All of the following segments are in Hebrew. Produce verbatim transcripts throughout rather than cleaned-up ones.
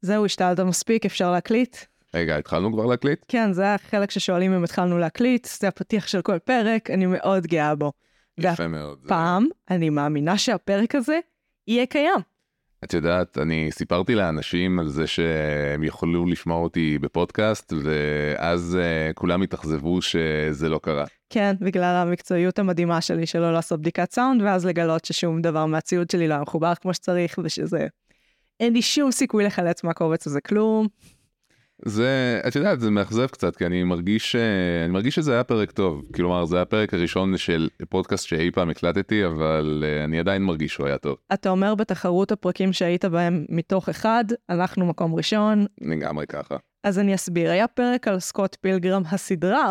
זהו, השתלת מספיק, אפשר להקליט? רגע, התחלנו כבר להקליט? כן, זה החלק ששואלים אם התחלנו להקליט, זה הפתיח של כל פרק, אני מאוד גאה בו. יפה מאוד. והפעם, אני מאמינה שהפרק הזה יהיה קיים. את יודעת, אני סיפרתי לאנשים על זה שהם יכולו לשמוע אותי בפודקאסט, ואז uh, כולם התאכזבו שזה לא קרה. כן, בגלל המקצועיות המדהימה שלי שלא לעשות בדיקת סאונד, ואז לגלות ששום דבר מהציוד שלי לא מחובר כמו שצריך, ושזה... אין לי שום סיכוי לחלץ מהקובץ הזה, כלום. זה, את יודעת, זה מאכזב קצת, כי אני מרגיש, אני מרגיש שזה היה פרק טוב. כלומר, זה היה הפרק הראשון של פודקאסט שאי פעם הקלטתי, אבל אני עדיין מרגיש שהוא היה טוב. אתה אומר בתחרות הפרקים שהיית בהם מתוך אחד, אנחנו מקום ראשון. לגמרי ככה. אז אני אסביר, היה פרק על סקוט פילגרם הסדרה,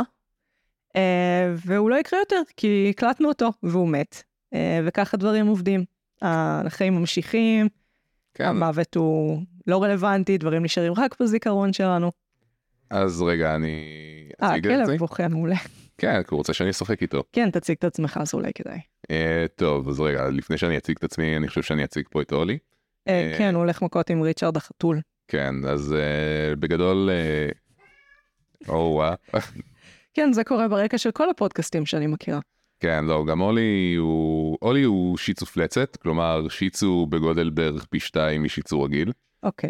והוא לא יקרה יותר, כי הקלטנו אותו, והוא מת. וככה דברים עובדים. החיים ממשיכים, כן. המוות הוא לא רלוונטי, דברים נשארים רק בזיכרון שלנו. אז רגע, אני אציג את זה? אה, כלב בוחן מעולה. כן, כי הוא רוצה שאני אשחק איתו. כן, תציג את עצמך, אז אולי כדאי. אה, טוב, אז רגע, לפני שאני אציג את עצמי, אני חושב שאני אציג פה את אולי. אה, אה, כן, הוא הולך מכות עם ריצ'רד החתול. כן, אז אה, בגדול... אה... או, וואה. כן, זה קורה ברקע של כל הפודקאסטים שאני מכירה. כן, לא, גם אולי הוא, אולי הוא שיצו פלצת, כלומר שיצו בגודל בערך פי שתיים משיצו רגיל. אוקיי.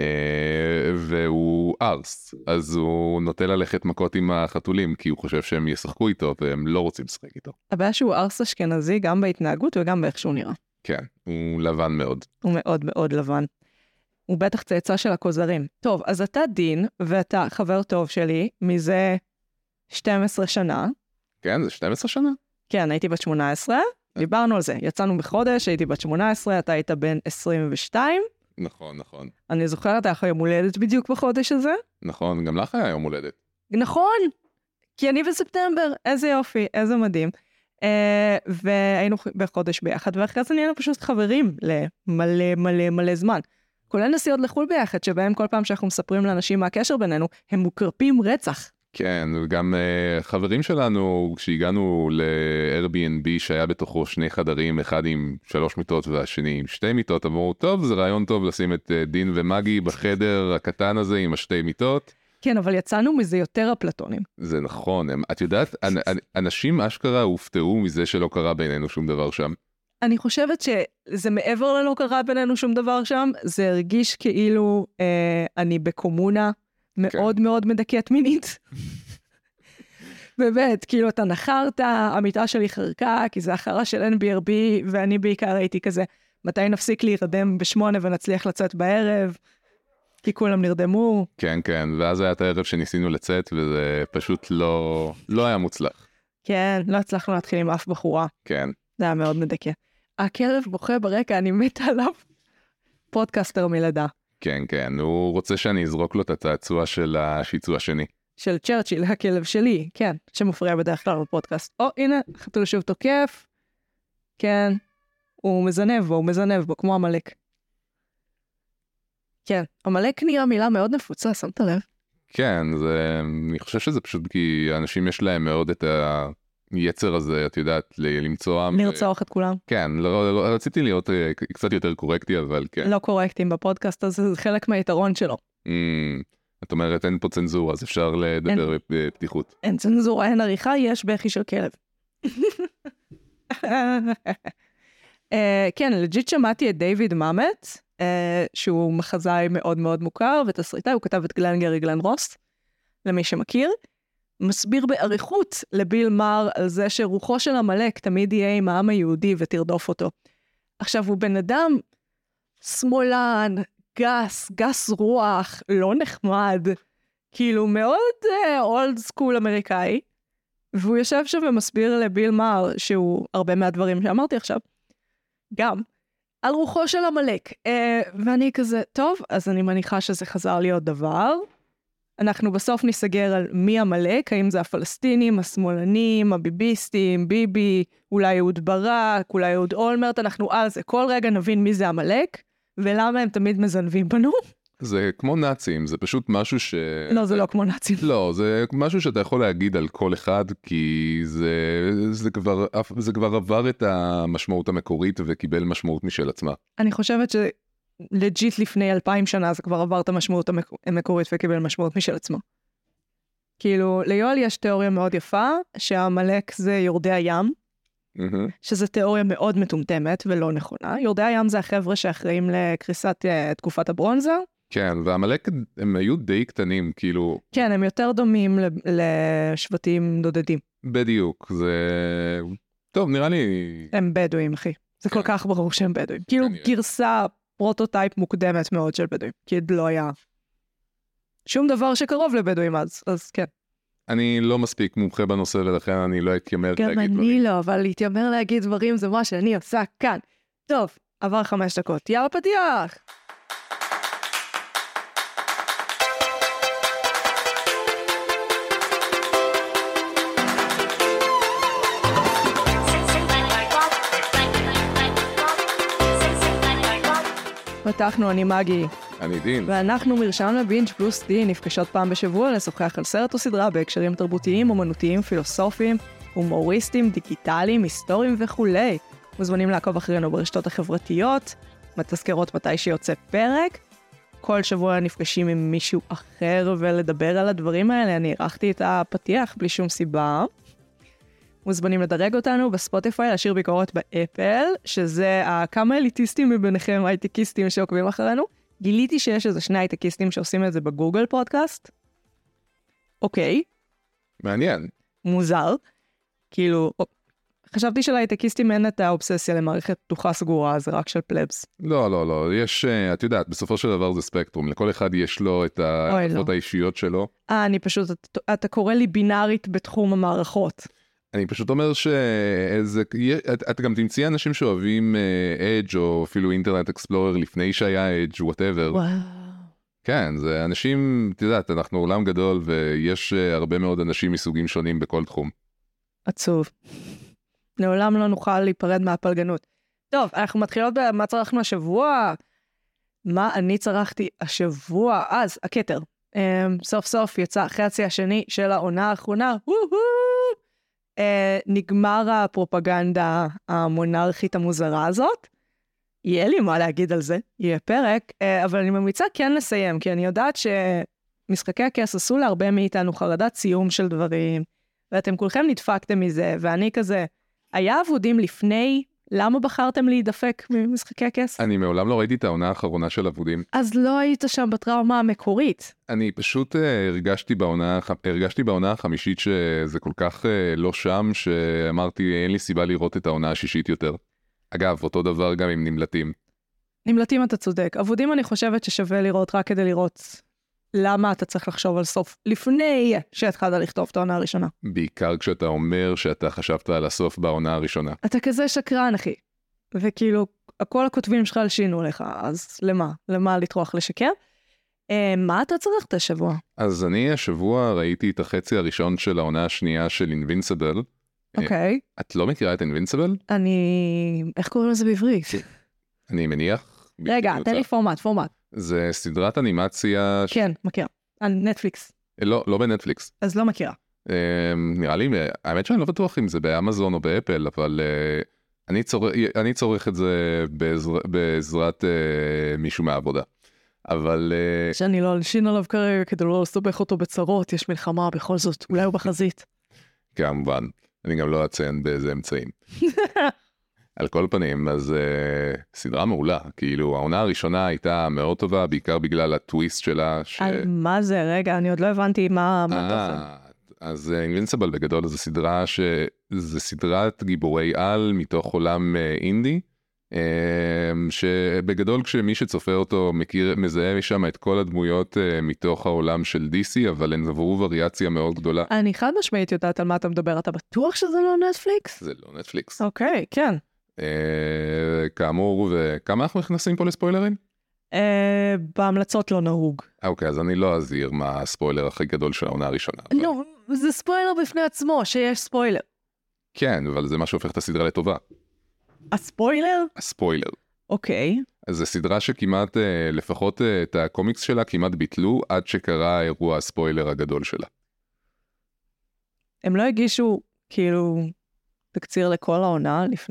והוא ארס, אז הוא נוטה ללכת מכות עם החתולים, כי הוא חושב שהם ישחקו איתו, והם לא רוצים לשחק איתו. הבעיה שהוא ארס אשכנזי גם בהתנהגות וגם באיך שהוא נראה. כן, הוא לבן מאוד. הוא מאוד מאוד לבן. הוא בטח צאצא של הכוזרים. טוב, אז אתה דין, ואתה חבר טוב שלי, מזה שתים עשרה שנה. כן, זה שתים עשרה שנה? כן, הייתי בת שמונה עשרה, דיברנו על זה, יצאנו בחודש, הייתי בת שמונה עשרה, אתה היית בן עשרים ושתיים. נכון, נכון. אני זוכרת, היה לך יום הולדת בדיוק בחודש הזה. נכון, גם לך היה יום הולדת. נכון, כי אני בספטמבר, איזה יופי, איזה מדהים. אה, והיינו בחודש ביחד, ואחרי זה נהיינו פשוט חברים למלא מלא מלא זמן. כולל נסיעות לחול ביחד, שבהם כל פעם שאנחנו מספרים לאנשים מה הקשר בינינו, הם מוקרפים רצח. כן, וגם uh, חברים שלנו, כשהגענו ל-Airbnb שהיה בתוכו שני חדרים, אחד עם שלוש מיטות והשני עם שתי מיטות, אמרו, טוב, זה רעיון טוב לשים את uh, דין ומגי בחדר הקטן הזה עם השתי מיטות. כן, אבל יצאנו מזה יותר אפלטונים. זה נכון, הם, את יודעת, אנ, אנשים אשכרה הופתעו מזה שלא קרה בינינו שום דבר שם. אני חושבת שזה מעבר ללא קרה בינינו שום דבר שם, זה הרגיש כאילו אה, אני בקומונה, מאוד מאוד מדכאת מינית. באמת, כאילו אתה נחרת, המיטה שלי חרקה, כי זה החרה של אן בי אר בי, ואני בעיקר הייתי כזה, מתי נפסיק להירדם בשמונה ונצליח לצאת בערב, כי כולם נרדמו. כן, כן, ואז היה את הערב שניסינו לצאת, וזה פשוט לא, לא היה מוצלח. כן, לא הצלחנו להתחיל עם אף בחורה. כן. זה היה מאוד מדכא. הכלב בוכה ברקע, אני מתה עליו. פודקאסטר מלידה. כן, כן, הוא רוצה שאני אזרוק לו את הצעצוע של השיצוע השני. של צ'רצ'יל, הכלב שלי, כן, שמפריע בדרך כלל בפודקאסט. או, הנה, חתול שוב תוקף. כן, הוא מזנב בו, הוא מזנב בו, כמו המלאק. כן, המלאק נראה מילה מאוד נפוצה, שמת לב? כן, זה, אני חושב שזה פשוט כי אנשים יש להם מאוד את היצר הזה, את יודעת, למצוא... לרצוח את כולם. כן, לא, לא, רציתי להיות קצת יותר קורקטי, אבל כן. לא קורקטים בפודקאסט הזה, זה חלק מהיתרון שלו. Mm, את אומרת, אין פה צנזורה, אז אפשר לדבר אין, בפתיחות. אין צנזורה, אין עריכה, יש בכי של כלב. uh, כן, לג'יט שמעתי את דיוויד מאמט, uh, שהוא מחזאי מאוד מאוד מוכר, ותסריטאי, הוא כתב את גלנגרי גלן רוס, למי שמכיר. מסביר בעריכות לביל מר על זה שרוחו של המלאק תמיד יהיה עם העם היהודי ותרדוף אותו. עכשיו, הוא בן אדם שמאלן, גס, גס רוח, לא נחמד, כאילו מאוד אולד סקול אמריקאי, והוא יושב שם ומסביר לביל מר, שהוא הרבה מהדברים שאמרתי עכשיו, גם, על רוחו של המלאק. אה, ואני כזה, טוב, אז אני מניחה שזה חזר להיות דבר, אנחנו בסוף נסגר על מי המלאק, האם זה הפלסטינים, השמאלנים, הביביסטים, ביבי, אולי אהוד ברק, אולי אהוד אולמרט, אנחנו על זה. כל רגע נבין מי זה המלאק, ולמה הם תמיד מזנבים בנו. זה כמו נאצים, זה פשוט משהו ש... לא, זה לא כמו נאצים. לא, זה משהו שאתה יכול להגיד על כל אחד, כי זה, זה, כבר, זה כבר עבר את המשמעות המקורית וקיבל משמעות משל עצמה. אני חושבת ש... לג'יט לפני אלפיים שנה, זה כבר עבר את המשמעות המק... המקורית וקיבל משמעות משל עצמו. כאילו, ליואל יש תיאוריה מאוד יפה, שהמלאק זה יורדי הים, Mm-hmm. שזו תיאוריה מאוד מטומטמת ולא נכונה. יורדי הים זה החבר'ה שאחראים לקריסת uh, תקופת הברונזה. כן, והמלאק הם היו די קטנים, כאילו... כן, הם יותר דומים לשבטים דודדים. בדיוק, זה... טוב, נראה לי... הם בדואים, אחי. זה כן. כל כך ברור שהם בדואים. כאילו כנראה. גרסה, פרוטוטייפ מוקדמת מאוד של בדואים. כי לא היה שום דבר שקרוב לבדואים אז, אז כן. אני לא מספיק מומחה בנושא, ולכן אני לא אתיימר גם להגיד אני דברים. לא, אבל להתיימר להגיד דברים זה מה שאני עושה כאן. טוב, עבר חמש דקות. יאללה פתיח! פתחנו, אני מגי, אני דין. ואנחנו מרשם לבינג' פלוס די נפגשות פעם בשבוע לשוחח על סרט או סדרה בהקשרים תרבותיים, אומנותיים, פילוסופיים, הומוריסטיים, דיגיטליים, היסטוריים וכולי. מוזמנים לעקוב אחרינו ברשתות החברתיות, מתזכרות מתי שיוצא פרק. כל שבוע נפגשים עם מישהו אחר ולדבר על הדברים האלה. אני ערכתי את הפתיח בלי שום סיבה. מוזמנים לדרג אותנו בספוטיפיי, להשאיר ביקורת באפל, שזה כמה אליטיסטים מביניכם, הייטקיסטים שעוקבים אחרינו. גיליתי שיש איזה שני הייטקיסטים שעושים את זה בגוגל פודקאסט. אוקיי. מעניין. מוזר. כאילו, חשבתי שלהייטקיסטים אין את האובססיה למערכת פתוחה סגורה, זה רק של פלבס. לא, לא, לא. יש, את יודעת, בסופו של דבר זה ספקטרום. לכל אחד יש לו את הערכות האישיות שלו. אה, אני פשוט, אתה קורא לי בינארית בתחום המערכות. אני פשוט אומר שאיזה, את, את גם תמצאי אנשים שאוהבים אדג' או אפילו אינטרנט אקספלורר לפני שהיה אדג' whatever. וואו. כן, זה אנשים, את יודעת, אנחנו עולם גדול ויש הרבה מאוד אנשים מסוגים שונים בכל תחום. עצוב. לעולם לא נוכל להיפרד מהפלגנות. טוב, אנחנו מתחילות במה צרכנו השבוע. מה אני צרכתי השבוע? אז, הכתר. סוף סוף יצא החצי השני של העונה האחרונה. נגמר הפרופגנדה המונרכית המוזרה הזאת. יהיה לי מה להגיד על זה, יהיה פרק, אבל אני ממליצה כן לסיים, כי אני יודעת שמשחקי הכס עשו להרבה מאיתנו חרדת סיום של דברים, ואתם כולכם נדפקתם מזה, ואני כזה, היה עבודים לפני, למה בחרתם להידפק ממשחקי הכס? אני מעולם לא ראיתי את העונה האחרונה של עבודים. אז לא היית שם בטראומה המקורית. אני פשוט uh, הרגשתי בעונה, הרגשתי בעונה החמישית שזה כל כך uh, לא שם, שאמרתי אין לי סיבה לראות את העונה השישית יותר. אגב, אותו דבר גם עם נמלטים. נמלטים אתה צודק. עבודים אני חושבת ששווה לראות רק כדי לראות למה אתה צריך לחשוב על סוף, לפני שהתחלת לכתוב את העונה הראשונה. בעיקר כשאתה אומר שאתה חשבת על הסוף בעונה הראשונה. אתה כזה שקרן, אחי. וכאילו, כל הכותבים שלך הלשינו לך, אז למה? למה לטרוח לשקר? אה, מה אתה צריך את השבוע? אז אני השבוע ראיתי את החצי הראשון של העונה השנייה של Invincible. אוקיי. את לא מכירה את Invincible? אני... איך קוראים לזה בעברית? אני מניח. רגע, תן לי פורמט, פורמט. זה סדרת אנימציה... כן, מכירה. על נטפליקס. לא, לא בנטפליקס. אז לא מכירה. נראה לי, האמת שאני לא בטוח אם זה באמזון או באפל, אבל אני צורך, אני צורך את זה בעזר, בעזרת מישהו מהעבודה. אבל... שאני לא אלשין עליו כרגע כדי לא לסובך אותו בצרות, יש מלחמה בכל זאת, אולי הוא בחזית. כמובן, אני גם לא אציין באיזה אמצעים. על כל פנים, אז uh, סדרה מעולה, כאילו העונה הראשונה הייתה מאוד טובה, בעיקר בגלל הטוויסט שלה. ש... על מה זה? רגע, אני עוד לא הבנתי מה אתה עושה. אז Invincible בגדול זו סדרה שזה סדרת גיבורי על מתוך עולם uh, אינדי, uh, שבגדול כשמי שצופה אותו מכיר, מזהה שם את כל הדמויות uh, מתוך העולם של די סי, אבל הן עברו וריאציה מאוד גדולה. אני חד משמעית יודעת על מה אתה מדבר, אתה בטוח שזה לא נטפליקס? זה לא נטפליקס. אוקיי, כן. Uh, כאמור, וכמה אנחנו נכנסים פה לספוילרים? Uh, בהמלצות לא נהוג. אוקיי, אז אני לא אזהיר מה הספוילר הכי גדול של העונה הראשונה. לא, זה ספוילר בפני עצמו, שיש ספוילר. כן, אבל זה מה שהופך את הסדרה לטובה. הספוילר? הספוילר. אוקיי. אז זו סדרה שכמעט, לפחות את הקומיקס שלה, כמעט ביטלו, עד שקרה אירוע הספוילר הגדול שלה. הם לא הגישו, כאילו, תקציר לכל העונה לפני?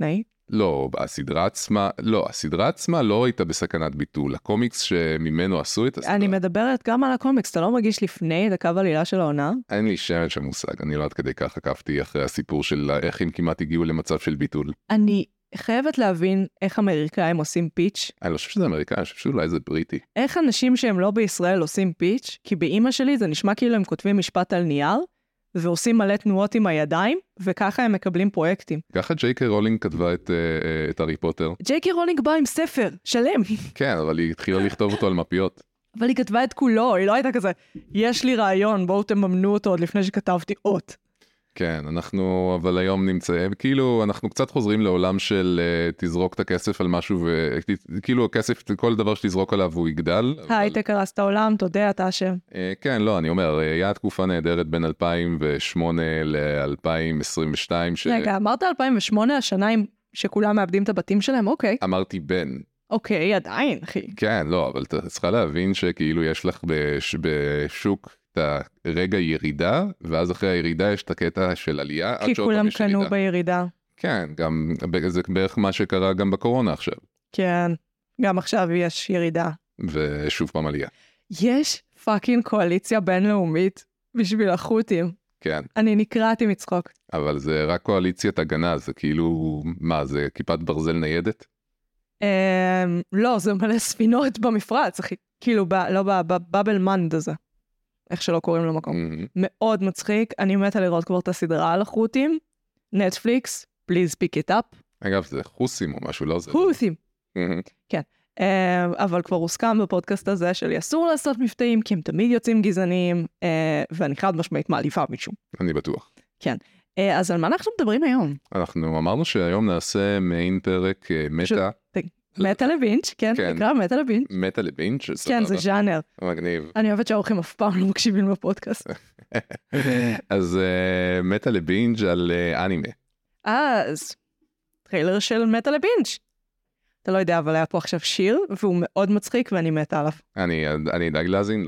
לא, הסדרה עצמה, לא, הסדרה עצמה לא הייתה בסכנת ביטול. הקומיקס שממנו עשו את הסדרה. אני מדברת גם על הקומיקס, אתה לא מגיש לפני את הקו עלילה של העונה? אין לי שמץ של מושג, אני לא עד כדי כך עקבתי אחרי הסיפור של איך הם כמעט הגיעו למצב של ביטול. אני חייבת להבין איך אמריקאים עושים פיץ'. אני לא חושב שזה אמריקאי, אני חושב שאולי זה בריטי. איך אנשים שהם לא בישראל עושים פיץ', כי באמא שלי זה נשמע כאילו הם כותבים משפט על נייר, ועושים מלא תנועות עם הידיים, וככה הם מקבלים פרויקטים. ככה ג'יי קיי רולינג כתבה את, את הארי פוטר. ג'יי קיי רולינג בא עם ספר שלם. כן, אבל היא התחילה לכתוב אותו על מפיות. אבל היא כתבה את כולו, היא לא הייתה כזה, יש לי רעיון, בואו תממנו אותו עוד לפני שכתבתי אות. כן, אנחנו אבל היום נמצאים, כאילו אנחנו קצת חוזרים לעולם של uh, תזרוק את הכסף על משהו, וכאילו הכסף, כל דבר שתזרוק עליו הוא יגדל. הייטק הרס את העולם, תודה, אתה אשם. Uh, כן, לא, אני אומר, היה תקופה נהדרת בין אלפיים ושמונה ל-אלפיים עשרים ושתיים. ש... רגע, אמרת אלפיים ושמונה, השנה שכולם מאבדים את הבתים שלהם, אוקיי. אמרתי בין. אוקיי, עדיין, אחי. כן, לא, אבל אתה צריכה להבין שכאילו יש לך בש... בשוק את הרגע ירידה, ואז אחרי הירידה יש את הקטע של עלייה. כי כולם קנו בירידה. כן, גם זה בערך מה שקרה גם בקורונה עכשיו. כן, גם עכשיו יש ירידה. ושוב פעם עלייה. יש פאקינג קואליציה בינלאומית בשביל החות'ים. כן. אני נקרעתי מצחוק. אבל זה רק קואליציית הגנה, זה כאילו, מה, זה כיפת ברזל ניידת? לא, זה מלא ספינות במפרץ, כאילו, לא בבבל מנד הזה. איך שלא קוראים למקום. Mm-hmm. מאוד מצחיק, אני מתה לראות כבר את הסדרה על החות'ים, נטפליקס, please pick it up. אגב, זה חוסים או משהו, לא זה. חות'ים. Mm-hmm. כן, אבל כבר הוסכם בפודקאסט הזה שלי אסור לעשות מבטאים, כי הם תמיד יוצאים גזעניים, ואני חד משמעית מעליבה מישהו. אני בטוח. כן, אז על מה אנחנו מדברים היום? אנחנו אמרנו שהיום נעשה מעין פרק מטה. מטה לבינץ', כן, נקרא מטה לבינץ'. מטה לבינץ', כן, זה ז'אנר. מגניב. אני אוהבת שהאורחים אף פעם לא מקשיבים בפודקאסט. אז מטה לבינג' על אנימה. אז, טריילר של מטה לבינג'. אתה לא יודע, אבל היה פה עכשיו שיר, והוא מאוד מצחיק ואני מתה עליו. אני אדאג להאזין לו.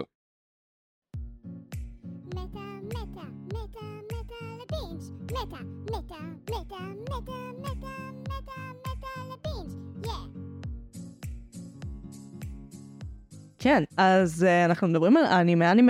כן, אז uh, אנחנו מדברים על אנימה, אנימה,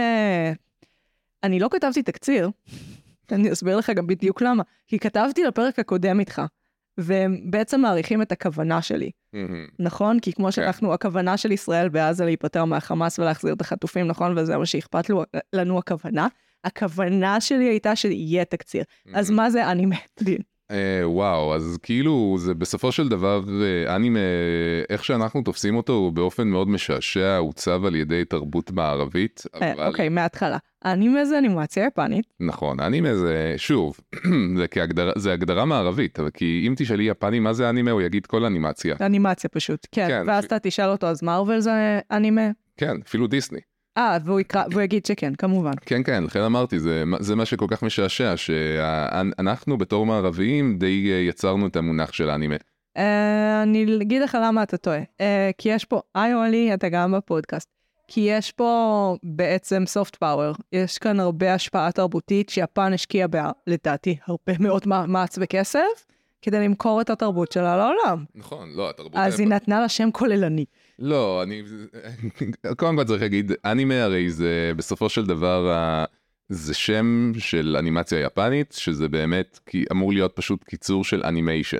אני לא כתבתי תקציר, אני אסביר לך גם בדיוק למה, כי כתבתי לפרק הקודם איתך, והם בעצם מעריכים את הכוונה שלי, mm-hmm. נכון? כי כמו שאנחנו, הכוונה של ישראל בעזה להיפטר מהחמאס ולהחזיר את החטופים, נכון? וזה מה שאכפת לנו הכוונה, הכוונה שלי הייתה שיהיה תקציר, mm-hmm. אז מה זה אנימה? דין. Uh, וואו, אז כאילו זה בסופו של דבר אנימה, איך שאנחנו תופסים אותו הוא באופן מאוד משעשע, עוצב על ידי תרבות מערבית. אוקיי, אבל... okay, מההתחלה. אנימה זה אנימציה יפנית. נכון, אנימה זה, שוב, זה, כהגדרה, זה הגדרה מערבית, אבל כי אם תשאלי יפני מה זה אנימה, הוא יגיד כל אנימציה. אנימציה פשוט, כן. כן ואז אתה תשאל אותו, אז מרוול זה אנימה? כן, אפילו דיסני. אה, והוא, והוא יגיד שכן, כמובן. כן, כן, לכן אמרתי, זה, זה מה שכל כך משעשע, שאנחנו בתור מערביים די יצרנו את המונח של האנימה. Uh, אני אגיד לך למה אתה טועה. Uh, כי יש פה, היי אולי, אתה גם בפודקאסט, כי יש פה בעצם soft power, יש כאן הרבה השפעה תרבותית, שיפן השקיעה בה, לדעתי, הרבה מאוד מאמץ וכסף, כדי למכור את התרבות שלה לעולם. נכון, לא, התרבות... אז היא נתנה לה שם כוללני. לא, אני... קודם כל צריך להגיד, אנימה הרי זה בסופו של דבר, זה שם של אנימציה יפנית, שזה באמת אמור להיות פשוט קיצור של אנימיישן.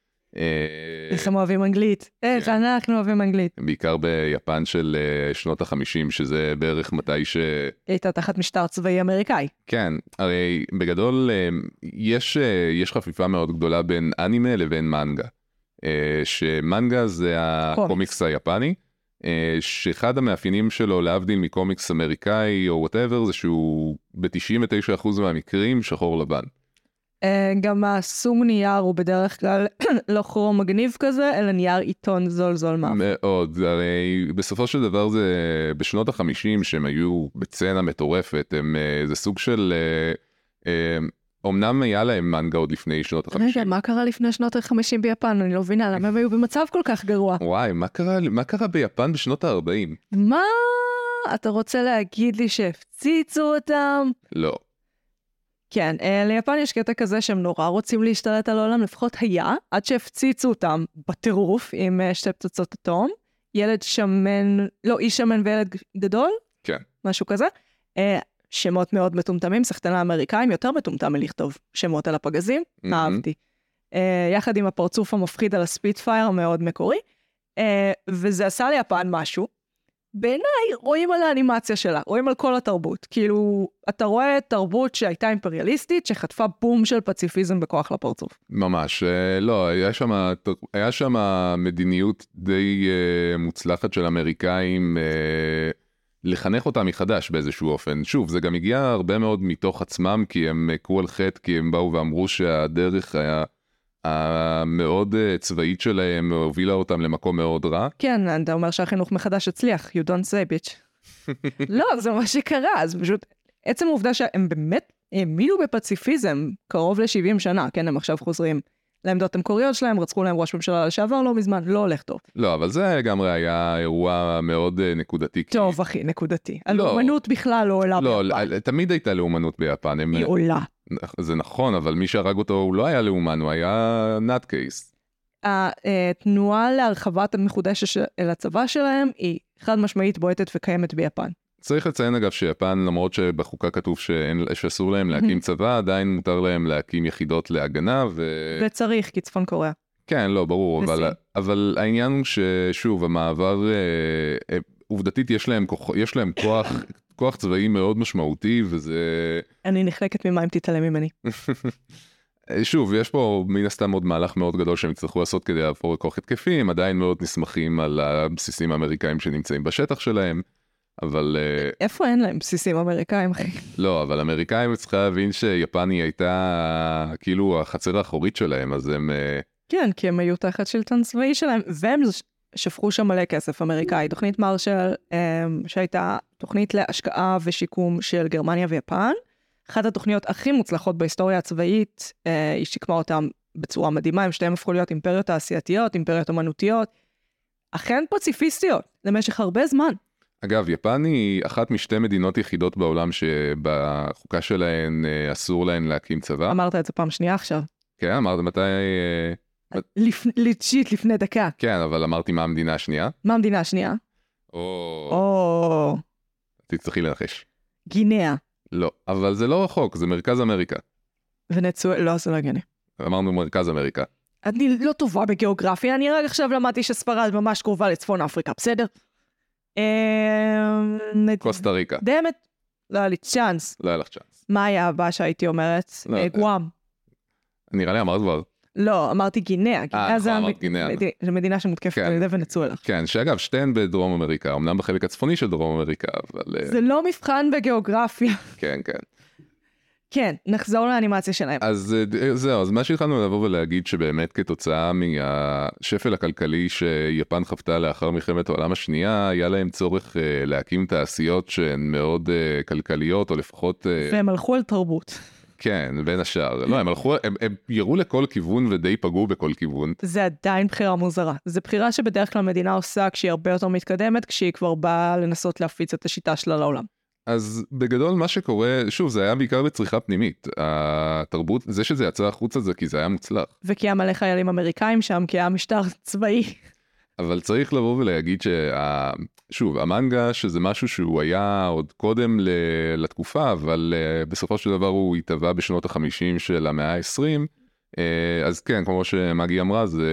איך הם אוהבים אנגלית? איך אנחנו אוהבים אנגלית? בעיקר ביפן של שנות החמישים, שזה בערך מתי ש... הייתה תחת משטר צבאי אמריקאי. כן, הרי בגדול יש, יש חפיפה מאוד גדולה בין אנימה לבין מנגה. שמנגה זה הקומיקס היפני, שאחד המאפיינים שלו להבדיל מקומיקס אמריקאי או whatever, זה שהוא ב-תשעים ותשעה אחוז מהמקרים שחור לבן. גם הסוג נייר הוא בדרך כלל לא כרום מגניב כזה, אלא נייר עיתון זול זול מאף. מאוד, הרי בסופו של דבר זה בשנות החמישים שהם היו בצנה מטורפת, הם, זה סוג של... אמנם היה להם מנגה עוד לפני שנות החמישים. רגע, מה קרה לפני שנות החמישים ביפן? אני לא מבינה, למה הם היו במצב כל כך גרוע? וואי, מה קרה, מה קרה ביפן בשנות ה-ארבעים? מה? אתה רוצה להגיד לי שהפציצו אותם? לא. כן, ליפן יש קטע כזה שהם נורא רוצים להשתלט על העולם, לפחות היה, עד שהפציצו אותם בטירוף עם שתי פצצות אטום, ילד שמן, לא, איש שמן וילד גדול, כן. משהו כזה, שמות מאוד מטומטמים, סחטנים האמריקאים, יותר מטומטם מלכתוב שמות על הפגזים, mm-hmm. אהבתי. יחד עם הפרצוף המפחיד על הספיטפייר המאוד מקורי, וזה עשה ליפן משהו, בעיניי רואים על האנימציה שלה, רואים על כל התרבות, כאילו אתה רואה תרבות שהייתה אימפריאליסטית, שחטפה בום של פציפיזם בכוח לפרצוף. ממש, לא, היה שם, היה שם מדיניות די מוצלחת של אמריקאים, לחנך אותם מחדש באיזשהו אופן. שוב, זה גם הגיע הרבה מאוד מתוך עצמם, כי הם קרו על חטא, כי הם באו ואמרו שהדרך היה המאוד צבאית שלהם הובילה אותם למקום מאוד רע. כן, אתה אומר שהחינוך מחדש הצליח, you don't say bitch. לא, זה מה שקרה, אז פשוט, עצם העובדה שהם באמת האמינו בפציפיזם קרוב ל-שבעים שנה, כן, הם עכשיו חוזרים לעמדות המקוריות שלהם, רצחו להם ראש ממשלה לשעבר, לא מזמן, לא הולך טוב. לא, אבל זה גם היה אירוע מאוד נקודתי. טוב, אחי, נקודתי. הלאומנות בכלל לא עולה ביפן. לא, תמיד הייתה לאומנות ביפן. היא עולה. זה נכון, אבל מי שהרג אותו הוא לא היה לאומן, הוא היה נאט קייס. התנועה להרחבת המחודשת של הצבא שלהם היא חד משמעית בועטת וקיימת ביפן. צריך לציין אגב שיפן, למרות שבחוקה כתוב שאסור להם להקים צבא, עדיין מותר להם להקים יחידות להגנה. ו... וצריך, כי צפון קוריאה. כן, לא, ברור, אבל, אבל העניין הוא ששוב, המעבר, עובדתית יש להם כוח, יש להם כוח, כוח צבאי מאוד משמעותי, וזה... אני נחלקת ממה אם תתעלם ממני. שוב, יש פה מן הסתם עוד מהלך מאוד גדול שהם יצטרכו לעשות כדי לעבור כוח התקפי, הם עדיין מאוד נסמכים על הבסיסים האמריקאים שנמצאים בשטח שלהם, אבל... איפה אין להם בסיסים אמריקאים? לא, אבל אמריקאים צריכה להבין שיפן היא הייתה כאילו החצר האחורית שלהם, אז הם... כן, כי הם היו תחת שלטון צבאי שלהם, והם שפכו שם מלא כסף אמריקאי. תוכנית מרשל, שהייתה תוכנית להשקעה ושיקום של גרמניה ויפן, אחת התוכניות הכי מוצלחות בהיסטוריה הצבאית, היא שיקמה אותם בצורה מדהימה, הם שתיהם הפכו להיות אימפריות תעשייתיות, אימפריות אומנותיות, אכן פציפיסטיות, למשך הרבה זמן. אגב, יפן היא אחת משתי מדינות יחידות בעולם שבחוקה שלהן אסור להן להקים צבא. אמרת את זה פעם שנייה עכשיו. כן, אמרת מתי... לג'יט לפני דקה. כן, אבל אמרתי מה המדינה השנייה. מה המדינה השנייה? או... תצטרכי לנחש. גינאה. לא, אבל זה לא רחוק, זה מרכז אמריקה. ונצואלה, לא, זה לא הגיוני. אמרנו מרכז אמריקה. אני לא טובה בגיאוגרפיה, אני רק עכשיו למדתי שספרד ממש קרובה לצפון אפריקה, בסדר? קוסטה ריקה. דמת, לא היה לי צ'אנס. לא היה לך צ'אנס. מה היה הבא שהייתי אומרת? גואם. נראה לי אמרת כבר. לא, אמרתי גינאה. אה, נכון, אמרת גינאה. זו מדינה שמותקפת על ידי ונצואלה. כן, שאגב, שתיהן בדרום אמריקה, אמנם בחלק הצפוני של דרום אמריקה, אבל... זה לא מבחן בגיאוגרפיה. כן, כן. כן, נחזור לאנימציה שלהם. אז זהו, אז מה שהתחלנו לבוא ולהגיד שבאמת כתוצאה מהשפל הכלכלי שיפן חוותה לאחר מלחמת העולם השנייה, היה להם צורך להקים תעשיות שהן מאוד כלכליות, או לפחות... והם הלכו על תרבות. כן, בין השאר. לא, הם הלכו, הם, הם יראו לכל כיוון ודי פגעו בכל כיוון. זה עדיין בחירה מוזרה. זו בחירה שבדרך כלל המדינה עושה כשהיא הרבה יותר מתקדמת, כשהיא כבר באה לנסות להפיץ את השיטה שלה לעולם. אז בגדול מה שקורה, שוב, זה היה בעיקר בצריכה פנימית. התרבות, זה שזה יצא החוצה זה כי זה היה מוצלח. וכי היה מלא חיילים אמריקאים שם, כי היה משטר צבאי. אבל צריך לבוא ולהגיד שה... שוב, המנגה שזה משהו שהוא היה עוד קודם לתקופה, אבל בסופו של דבר הוא התהווה בשנות החמישים של המאה ה-עשרים, אז כן, כמו שמגי אמרה, זה,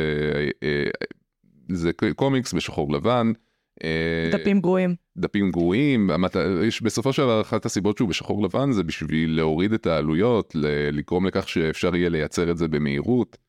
זה קומיקס בשחור לבן. דפים גרועים. דפים גרועים, בסופו של דבר אחת הסיבות שהוא בשחור לבן זה בשביל להוריד את העלויות, לגרום לכך שאפשר יהיה לייצר את זה במהירות.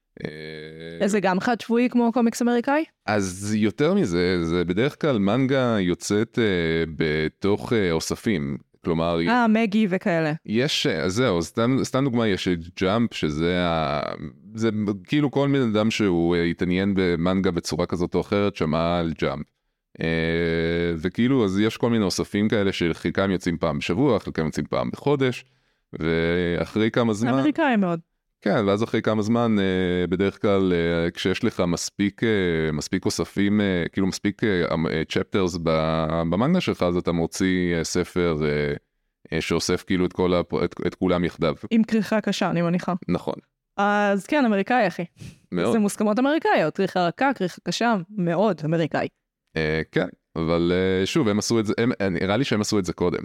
זה גם חד שבועי כמו קומיקס אמריקאי? אז יותר מזה, זה בדרך כלל מנגה יוצאת בתוך אוספים, כלומר... אה, מגי וכאלה. יש, זהו, סתם, סתם דוגמה, יש ג'אמפ, שזה ה... זה כאילו כל בן אדם שהוא התעניין במנגה בצורה כזאת או אחרת, שמע על ג'אמפ. וכאילו, אז יש כל מיני אוספים כאלה שחלקם יוצאים פעם בשבוע, חלקם יוצאים פעם בחודש, ואחרי כמה זמן... אמריקאי מאוד. כן, ואז אחרי כמה זמן, בדרך כלל, כשיש לך מספיק, מספיק אוספים, כאילו מספיק צ'פטרס במנגה שלך, אז אתה מוציא ספר שאוסף כאילו את, כל הפ... את, את כולם יחדיו. עם כריכה קשה, אני מניחה. נכון. אז כן, אמריקאי, אחי. מאוד. זה מוסכמות אמריקאיות, כריכה רכה, כריכה קשה, מאוד אמריקאי. אה, כן, אבל אה, שוב, הם עשו את זה, הם, נראה לי שהם עשו את זה קודם.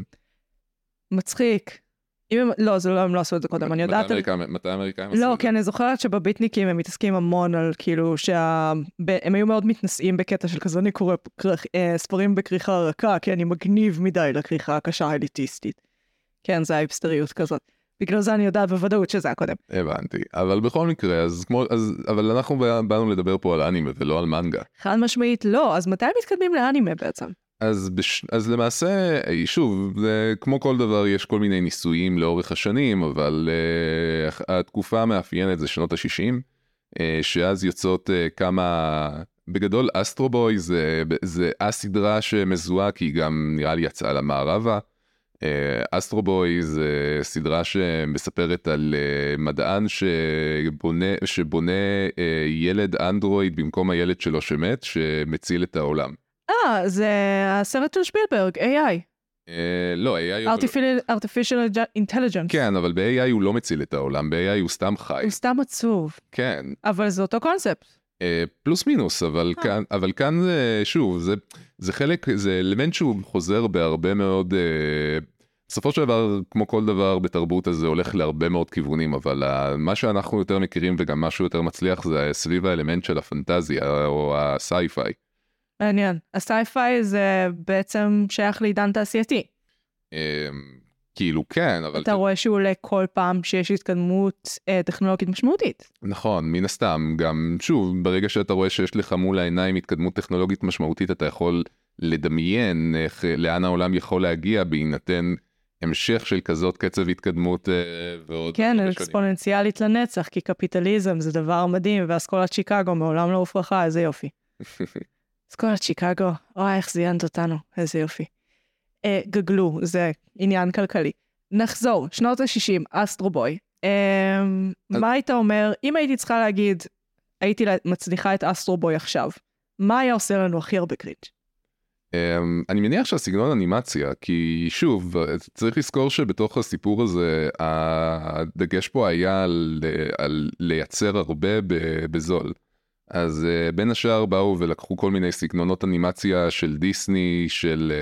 מצחיק. אם הם, לא, זה לא, הם לא עשו את זה קודם, אני יודעת... מתי האמריקאים עשו לא, את זה? כי אני זוכרת שבביטניקים הם מתעסקים המון על כאילו שהם היו מאוד מתנשאים בקטע של כזה, אני קורא ספרים בכריכה רכה, כי אני מגניב מדי לכריכה הקשה האליטיסטית. כן, זה ההיפסטריות כזאת. בגלל זה אני יודעת בוודאות שזה היה קודם. הבנתי, אבל בכל מקרה, אז כמו, אז, אבל אנחנו באנו לדבר פה על אנימה ולא על מנגה. חד משמעית לא, אז מתי מתקדמים לאנימה בעצם? אז, בש... אז למעשה, שוב, זה, כמו כל דבר, יש כל מיני ניסויים לאורך השנים, אבל uh, התקופה המאפיינת זה שנות ה-שישים, uh, שאז יוצאות uh, כמה, בגדול אסטרובוי זה, זה הסדרה שמזוהה, כי היא גם נראה לי יצאה למערבה. אסטרובוי זה סדרה שמספרת על uh, מדען שבונה, שבונה uh, ילד אנדרואיד במקום הילד שלו שמת, שמציל את העולם. אה, זה הסרט של שפילברג, איי איי. לא, איי איי... Artificial Intelligence. כן, אבל ב-איי איי הוא לא מציל את העולם, ב-איי איי הוא סתם חי. הוא סתם עצוב. כן. אבל זה אותו קונספט. פלוס מינוס, אבל כאן זה, שוב, זה חלק, זה אלמנט שהוא חוזר בהרבה מאוד... בסופו של דבר, כמו כל דבר בתרבות הזה, הולך להרבה מאוד כיוונים, אבל מה שאנחנו יותר מכירים וגם משהו יותר מצליח זה סביב האלמנט של הפנטזיה או הסייפיי. מעניין. הסייפיי זה בעצם שייך לעידן תעשייתי. כאילו כן, אבל... אתה רואה שהוא עולה כל פעם שיש התקדמות טכנולוגית משמעותית. נכון, מן הסתם. גם, שוב, ברגע שאתה רואה שיש לך מול העיניים התקדמות טכנולוגית משמעותית, אתה יכול לדמיין איך, לאן העולם יכול להגיע בהינתן המשך של כזאת קצב התקדמות ועוד... כן, אקספוננציאלית לנצח, כי קפיטליזם זה דבר מדהים, ואסכולת שיקגו מעולם לא הופרחה, איזה יופי. אסכולת שיקגו, אוי, איך זיינת אותנו, איזה יופי. אה, גגלו, זה עניין כלכלי. נחזור, שנות ה-שישים, אסטרובוי. אה, מה היית אומר, אם הייתי צריכה להגיד, הייתי מצליחה את אסטרובוי עכשיו, מה היה עושה לנו הכי הרבה קרינג'? אני מניח שהסגנון אנימציה, כי שוב, צריך לזכור שבתוך הסיפור הזה, הדגש פה היה על, על לייצר הרבה בזול. אז בין השאר באו ולקחו כל מיני סגנונות אנימציה של דיסני, של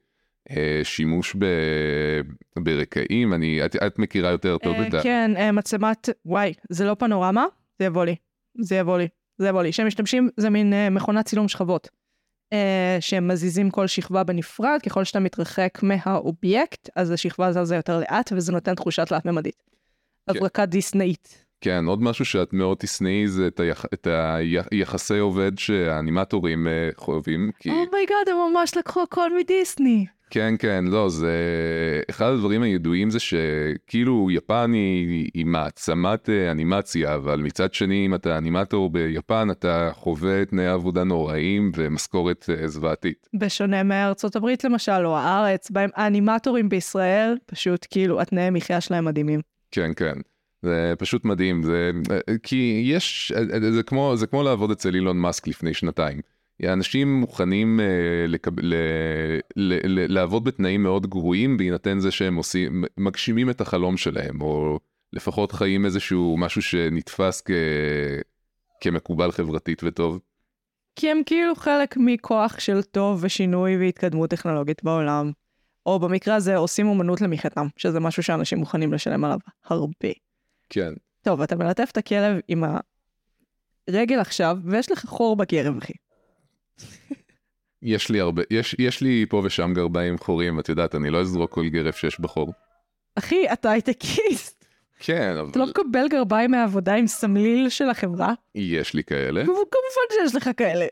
שימוש ב, ברקעים, אני, את, את מכירה יותר טוב את ה... כן, מצלמת, וואי, זה לא פנורמה? זה יבוא לי, זה יבוא לי, זה יבוא לי. שהם משתמשים, זה מין מכונת צילום שכבות. שהם מזיזים כל שכבה בנפרד, ככל שאתה מתרחק מהאובייקט, אז השכבה זזה יותר לאט, וזה נותן תחושת לאט ממדית. הברקה דיסנאית. כן, עוד משהו שאת מאוד תסנאי, זה את, היח... את היחסי עובד שהאנימטורים חווים. כי... אומייגאד, הם ממש לקחו הכל מדיסני. כן, כן, לא, זה... אחד הדברים הידועים זה שכאילו יפן היא, היא מעצמת אנימציה, אבל מצד שני, אם אתה אנימטור ביפן, אתה חווה תנאי עבודה נוראים ומשכורת זוועתית. בשונה מארצות הברית למשל, או הארץ, בהם האנימטורים בישראל, פשוט כאילו התנאי המחיה שלהם מדהימים. כן, כן. זה פשוט מדהים, זה... כי יש... זה כמו, זה כמו לעבוד אצל אילון מאסק לפני שנתיים. האנשים מוכנים uh, לקב... ל... ל... ל... לעבוד בתנאים מאוד גרועים, בהינתן זה שהם עושים, מגשימים את החלום שלהם, או לפחות חיים איזשהו משהו שנתפס כ... כמקובל חברתית וטוב. כי הם כאילו חלק מכוח של טוב ושינוי והתקדמות טכנולוגית בעולם. או במקרה הזה עושים אומנות למחייתם, שזה משהו שאנשים מוכנים לשלם עליו הרבה. כן. טוב, אתה מלטף את הכלב עם הרגל עכשיו, ויש לך חור בגרב, אחי. יש לי הרבה, יש, יש לי פה ושם גרביים חורים, את יודעת, אני לא אזרוק כל גרב שיש בחור. אחי, אתה הייטקיסט. כן, אבל... אתה לא מקבל גרביים מהעבודה עם סמליל של החברה? יש לי כאלה. כמובן שיש לך כאלה.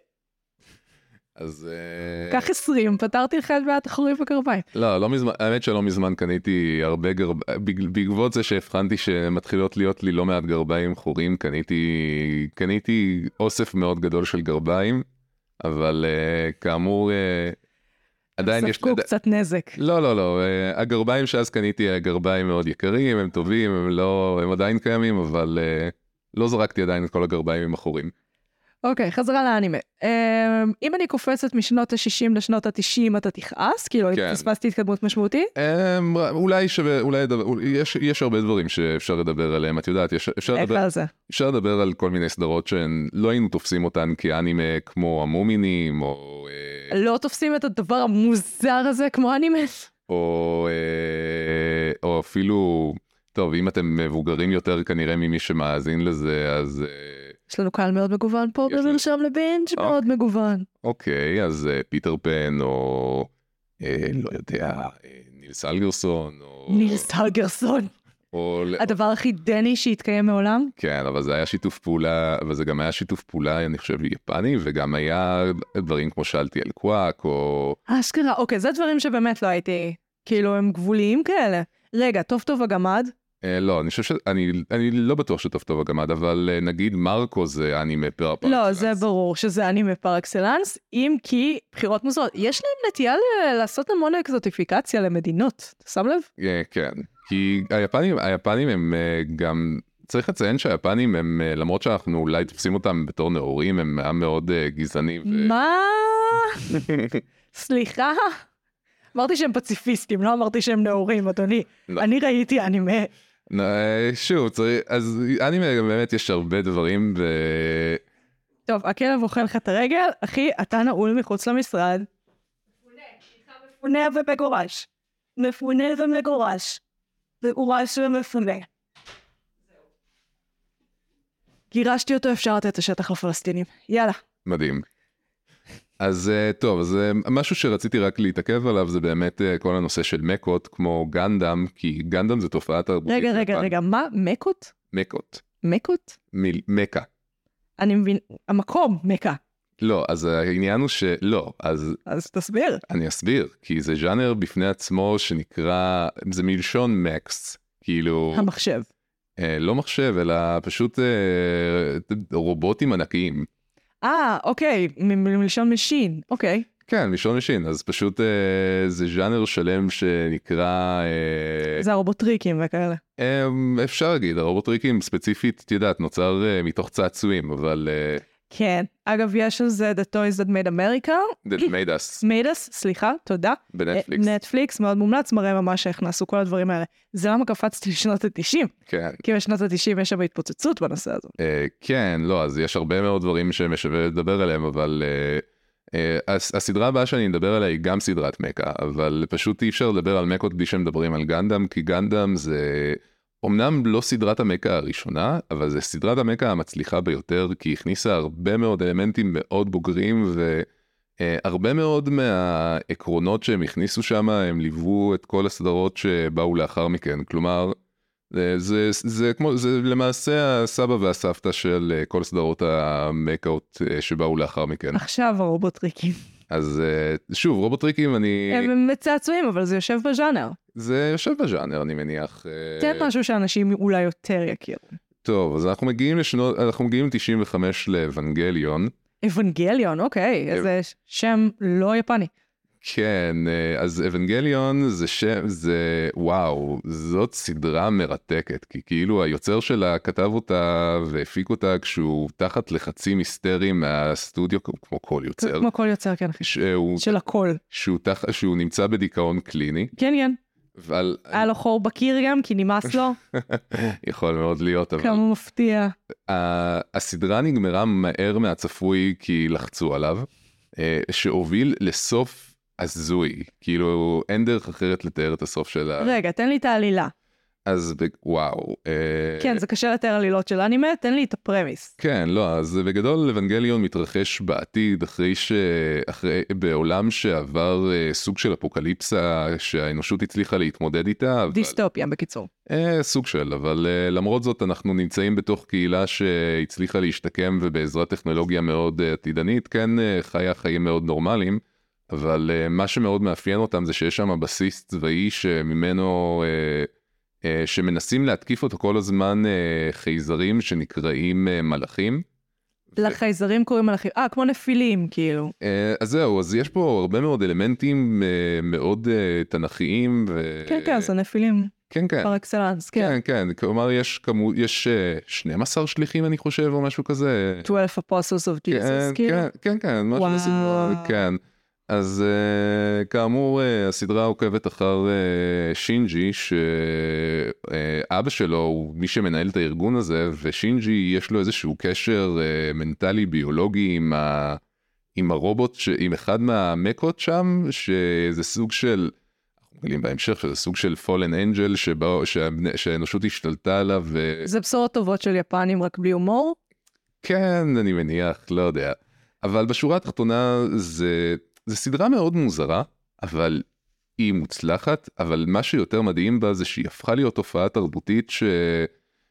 אז... קח עשרים, פתרתי לך את בעיית החורים בגרביים. לא, לא מזמן, האמת שלא מזמן קניתי הרבה גרביים, בעקבות זה שהבחנתי שמתחילות להיות לי לא מעט גרביים חורים, קניתי, קניתי אוסף מאוד גדול של גרביים, אבל uh, כאמור, uh, עדיין יש... ספקו קצת נזק. לא, לא, לא, uh, הגרביים שאז קניתי, הגרביים מאוד יקרים, הם טובים, הם, לא, הם עדיין קיימים, אבל uh, לא זרקתי עדיין את כל הגרביים עם החורים. אוקיי, חזרה לאנימה. אם אני קופצת משנות ה-שישים לשנות ה-תשעים, אתה תכעס? כאילו, פספסתי התקדמות משמעותית? אולי שווה, אולי יש הרבה דברים שאפשר לדבר עליהם, את יודעת, אפשר לדבר על כל מיני סדרות שלא היינו תופסים אותן כאנימה כמו המומינים, או... לא תופסים את הדבר המוזר הזה כמו אנימה? או אפילו, טוב, אם אתם מבוגרים יותר כנראה ממי שמאזין לזה, אז... יש לנו קהל מאוד מגוון פה במרשם לבינג', מאוד מגוון. אוקיי, אז פיטר פן, או לא יודע, נילס אלגרסון, או... נילס אלגרסון. הדבר הכי דני שהתקיים מעולם? כן, אבל זה היה שיתוף פעולה, אבל זה גם היה שיתוף פעולה, אני חושב, יפני, וגם היה דברים כמו שאלתי על קוואק, או... אשכרה, אוקיי, זה דברים שבאמת לא הייתי, כאילו, הם גבוליים כאלה. רגע, טוב טוב הגמד? לא, אני חושב שאני אני לא בטוח שטוב טוב הגמד, אבל נגיד מרקו זה אנימה פר אקסלנס. לא, זה ברור שזה אנימה פר אקסלנס, אם כי בחירות מוזרות. יש להם נטייה לעשות המון אקזוטיפיקציה למדינות, אתה שם לב? כן, כי היפנים, היפנים הם גם, צריך לציין שהיפנים הם, למרות שאנחנו אולי תופסים אותם בתור נאורים, הם מאוד גזעני. מה? סליחה? אמרתי שהם פציפיסטים, לא אמרתי שהם נאורים, אדוני. אני ראיתי אנימה. שוב, אז אנימה באמת יש הרבה דברים ו... טוב, הכלב אוכל לך את הרגל, אחי, אתה נעול מחוץ למשרד. מפונה, מפונה ומגורש. מפונה ומגורש. מגורש ומפונה. גירשתי אותו, אפשר לתת את השטח לפלסטינים. יאללה. מדהים. אז טוב, אז משהו שרציתי רק להתעכב עליו זה באמת כל הנושא של מקות כמו גנדם, כי גנדם זה תופעה תרבותית. רגע, רגע, רגע, מה? מקות? מקות. מקות? מקה. אני מבין, המקום, מקה. לא, אז העניין הוא שלא, אז... אז תסביר. אני אסביר, כי זה ז'אנר בפני עצמו שנקרא, זה מלשון מקס, כאילו... המחשב. לא מחשב, אלא פשוט רובוטים ענקיים. אה, אוקיי, מלשון משין, אוקיי. כן, מלשון משין, אז פשוט אה, זה ז'אנר שלם שנקרא... אה, זה הרובוטריקים וכאלה. אה, אפשר להגיד, הרובוטריקים ספציפית, את יודעת, נוצר אה, מתוך צעצועים, אבל... אה, כן, אגב, יש על זה The Toys That Made America. That Made Us. Made Us, סליחה, תודה. בנטפליקס. נטפליקס, מאוד מומלץ, מראה ממש שהכנסו כל הדברים האלה. זה למה קפצתי לשנות ה-תשעים. כן. כי בשנות ה-תשעים יש שם התפוצצות בנושא הזה. אה, כן, לא, אז יש הרבה מאוד דברים שמשווה לדבר עליהם, אבל אה, אה, הסדרה הבאה שאני מדבר עליה היא גם סדרת מקה, אבל פשוט אי אפשר לדבר על מקות בלי שמדברים על גנדם, כי גנדם זה... אמנם לא סדרת המקה הראשונה, אבל זה סדרת המקה המצליחה ביותר, כי היא הכניסה הרבה מאוד אלמנטים מאוד בוגרים, והרבה מאוד מהעקרונות שהם הכניסו שם, הם ליוו את כל הסדרות שבאו לאחר מכן. כלומר, זה, זה, זה, כמו, זה למעשה הסבא והסבתא של כל סדרות המקאות שבאו לאחר מכן. עכשיו הרובוטריקים. אז שוב, רובוטריקים אני... הם מצעצועים, אבל זה יושב בז'אנר. זה יושב בז'אנר, אני מניח. זה משהו שאנשים אולי יותר יכירו. טוב, אז אנחנו מגיעים לשנות, אנחנו מגיעים ל-תשעים וחמש לאבנגליון. אבנגליון, אוקיי, איזה שם לא יפני. כן, אז אבנגליון זה שם, זה, וואו, זאת סדרה מרתקת, כי כאילו היוצר שלה כתב אותה והפיק אותה כשהוא תחת לחצים היסטריים מהסטודיו, כמו כל יוצר. כמו כל יוצר, כן, אחי. שהוא, של הכל. שהוא, תח, שהוא נמצא בדיכאון קליני. כן, כן. אבל... היה לו חור בקיר גם, כי נמאס לו. יכול מאוד להיות, אבל... כמה מפתיע. הסדרה נגמרה מהר מהצפוי כי לחצו עליו, שהוביל לסוף הזוי, כאילו אין דרך אחרת לתאר את הסוף של ה... רגע, תן לי את העלילה. אז וואו. כן, זה קשה לתאר עלילות של אנימה, תן לי את הפרמיס. כן, לא, אז בגדול אבנגליון מתרחש בעתיד, אחרי ש... אחרי... בעולם שעבר סוג של אפוקליפסה שהאנושות הצליחה להתמודד איתה. אבל... דיסטופיה, בקיצור. סוג של, אבל למרות זאת אנחנו נמצאים בתוך קהילה שהצליחה להשתקם ובעזרת טכנולוגיה מאוד עתידנית, כן חיה חיים מאוד נורמליים. אבל uh, מה שמאוד מאפיין אותם זה שיש שם בסיס צבאי שממנו, uh, uh, שמנסים להתקיף אותו כל הזמן uh, חייזרים שנקראים uh, מלאכים. לחייזרים קוראים מלאכים, אה, כמו נפילים כאילו. Uh, אז זהו, אז יש פה הרבה מאוד אלמנטים uh, מאוד uh, תנכיים. ו... כן, כן, זה נפילים. כן, כן. פר אקסלנס, כן. כן, כן, כלומר יש כמו, יש שנים עשר שליחים אני חושב או משהו כזה. twelve apostles of Jesus, כן, כאילו. כן, כן, כן, משהו בסדרה, כן. אז uh, כאמור, uh, הסדרה עוקבת אחר uh, שינג'י, שאבא uh, שלו הוא מי שמנהל את הארגון הזה, ושינג'י יש לו איזשהו קשר uh, מנטלי ביולוגי עם, ה, עם הרובוט, ש, עם אחד מהמקות שם, שזה סוג של, אנחנו מגלים בהמשך, שזה סוג של fallen angel, שבא, שהאנושות השתלטה עליו. ו... זה בשורות טובות של יפנים רק בלי הומור? כן, אני מניח, לא יודע. אבל בשורה התחתונה זה... זו סדרה מאוד מוזרה, אבל היא מוצלחת, אבל מה שיותר מדהים בה זה שהיא הפכה להיות תופעה תרבותית שהיא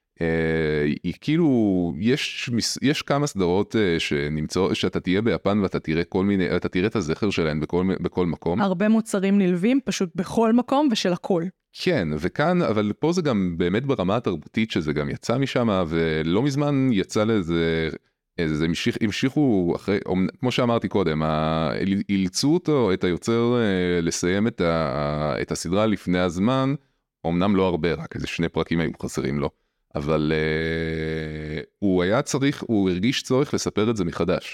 כאילו, יש, יש כמה סדרות שנמצאות, שאתה תהיה ביפן ואתה תראה כל מיני, אתה תראה את הזכר שלהן בכל, בכל מקום. הרבה מוצרים נלווים פשוט בכל מקום ושל הכל. כן, וכאן, אבל פה זה גם באמת ברמה התרבותית שזה גם יצא משם, ולא מזמן יצא לזה... זה המשיך, המשיכו אחרי, כמו שאמרתי קודם, אילצו אותו, את היוצר, לסיים את, ה, את הסדרה לפני הזמן, אמנם לא הרבה, רק איזה שני פרקים היו חסרים לו, אבל uh, הוא היה צריך, הוא הרגיש צורך לספר את זה מחדש.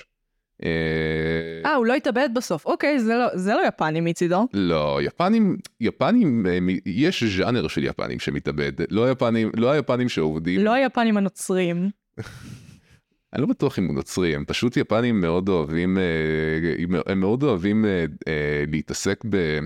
אה, הוא לא התאבד בסוף, אוקיי, זה לא, זה לא יפני מצידו. לא, יפנים, יפנים, יש ז'אנר של יפנים שמתאבד, לא יפנים, לא היפנים שעובדים. לא היפנים הנוצרים. אני לא בטוח אם הוא נוצרי, הם פשוט יפנים מאוד אוהבים, הם מאוד אוהבים להתעסק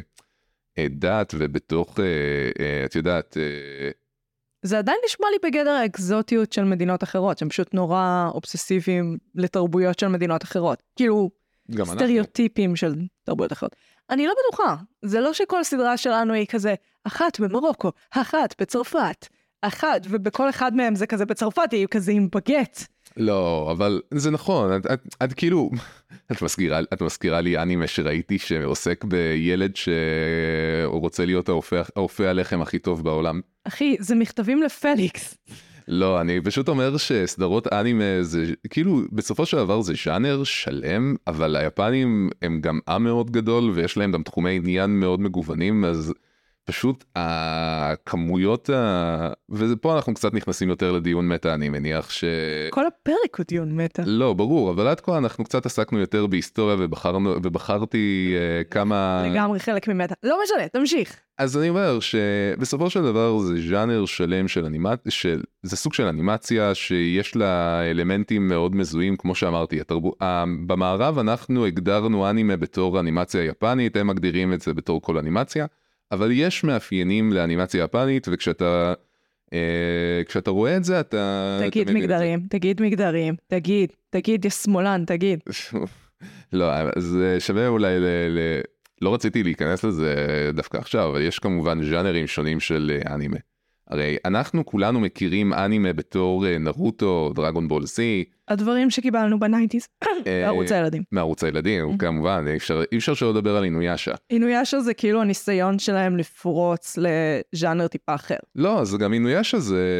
בדת ובתוך, את יודעת... זה עדיין נשמע לי בגדר האקזוטיות של מדינות אחרות, שהם פשוט נורא אובססיביים לתרבויות של מדינות אחרות. כאילו, סטריאוטיפים של תרבויות אחרות. אני לא בטוחה, זה לא שכל סדרה שלנו היא כזה, אחת במרוקו, אחת בצרפת, אחת, ובכל אחד מהם זה כזה בצרפת, היא כזה עם בגט. לא, אבל זה נכון, את, את, את כאילו, את מזכירה, את מזכירה לי אנימה שראיתי שעוסק בילד שהוא רוצה להיות האופה הלחם הכי טוב בעולם. אחי, זה מכתבים לפליקס. לא, אני פשוט אומר שסדרות אנימה זה, כאילו, בסופו של דבר זה ז'אנר שלם, אבל היפנים הם גם עם מאוד גדול, ויש להם גם תחומי עניין מאוד מגוונים, אז... פשוט הכמויות, ה... ופה אנחנו קצת נכנסים יותר לדיון מטה, אני מניח ש... כל הפרק הוא דיון מטה. לא, ברור, אבל עד כה אנחנו קצת עסקנו יותר בהיסטוריה, ובחרנו, ובחרתי uh, כמה... לגמרי חלק ממטה. לא משנה, תמשיך. אז אני אומר שבסופו של דבר זה ז'אנר שלם של אנימציה, של... זה סוג של אנימציה שיש לה אלמנטים מאוד מזוהים, כמו שאמרתי, התרבו... במערב אנחנו הגדרנו אנימה בתור אנימציה יפנית, הם מגדירים את זה בתור כל אנימציה, אבל יש מאפיינים לאנימציה יפנית, וכשאתה אה, כשאתה רואה את זה, אתה... תגיד מגדרים, תגיד מגדרים, תגיד, תגיד, יש שמאלן, תגיד. לא, אז שווה אולי, ל, ל, לא רציתי להיכנס לזה דווקא עכשיו, אבל יש כמובן ז'אנרים שונים של אנימה. הרי אנחנו כולנו מכירים אנימה בתור נרוטו, דרגון בול סי. הדברים שקיבלנו בניינטיז, מערוץ הילדים. מערוץ הילדים, כמובן, אי אפשר שלא לדבר על אינויאשה. אינויאשה זה כאילו הניסיון שלהם לפרוץ לז'אנר טיפה אחר. לא, זה גם אינויאשה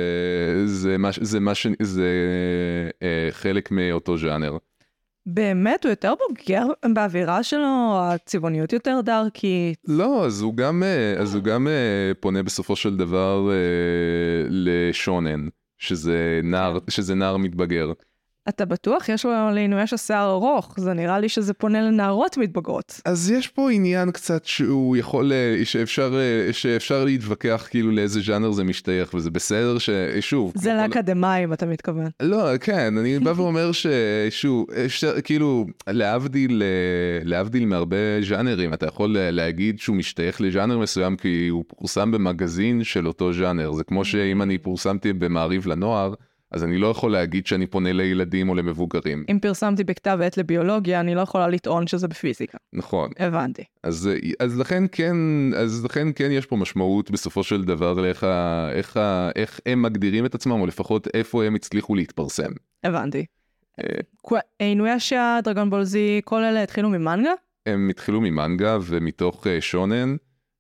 זה חלק מאותו ז'אנר. באמת, הוא יותר בוגר באווירה שלו, הצבעוניות יותר דארקית. לא, אז הוא גם, אז הוא גם פונה בסופו של דבר לשונן, שזה נער, שזה נער מתבגר. אתה בטוח? יש לו לאינויאשה שיער ארוך, זה נראה לי שזה פונה לנערות מתבגרות. אז יש פה עניין קצת שהוא יכול, שאפשר, שאפשר להתווכח כאילו לאיזה ז'אנר זה משתייך, וזה בסדר ששוב... זה לאקדמיים, אתה מתכוון. לא, כן, אני בא ואומר ששוב, כאילו, להבדיל, להבדיל מהרבה ז'אנרים, אתה יכול להגיד שהוא משתייך לז'אנר מסוים, כי הוא פורסם במגזין של אותו ז'אנר, זה כמו שאם אני פורסמתי במעריב לנוער, אז אני לא יכול להגיד שאני פונה לילדים או למבוגרים. אם פרסמתי בכתב עת לביולוגיה, אני לא יכולה לטעון שזה בפיזיקה. נכון. הבנתי. אז, אז לכן כן, אז לכן כן יש פה משמעות בסופו של דבר לאיך, איך, איך הם מגדירים את עצמם, או לפחות איפה הם הצליחו להתפרסם. הבנתי. אינויאשה, דרגון בול זי, כל אלה התחילו ממנגה? הם התחילו ממנגה ומתוך שונן.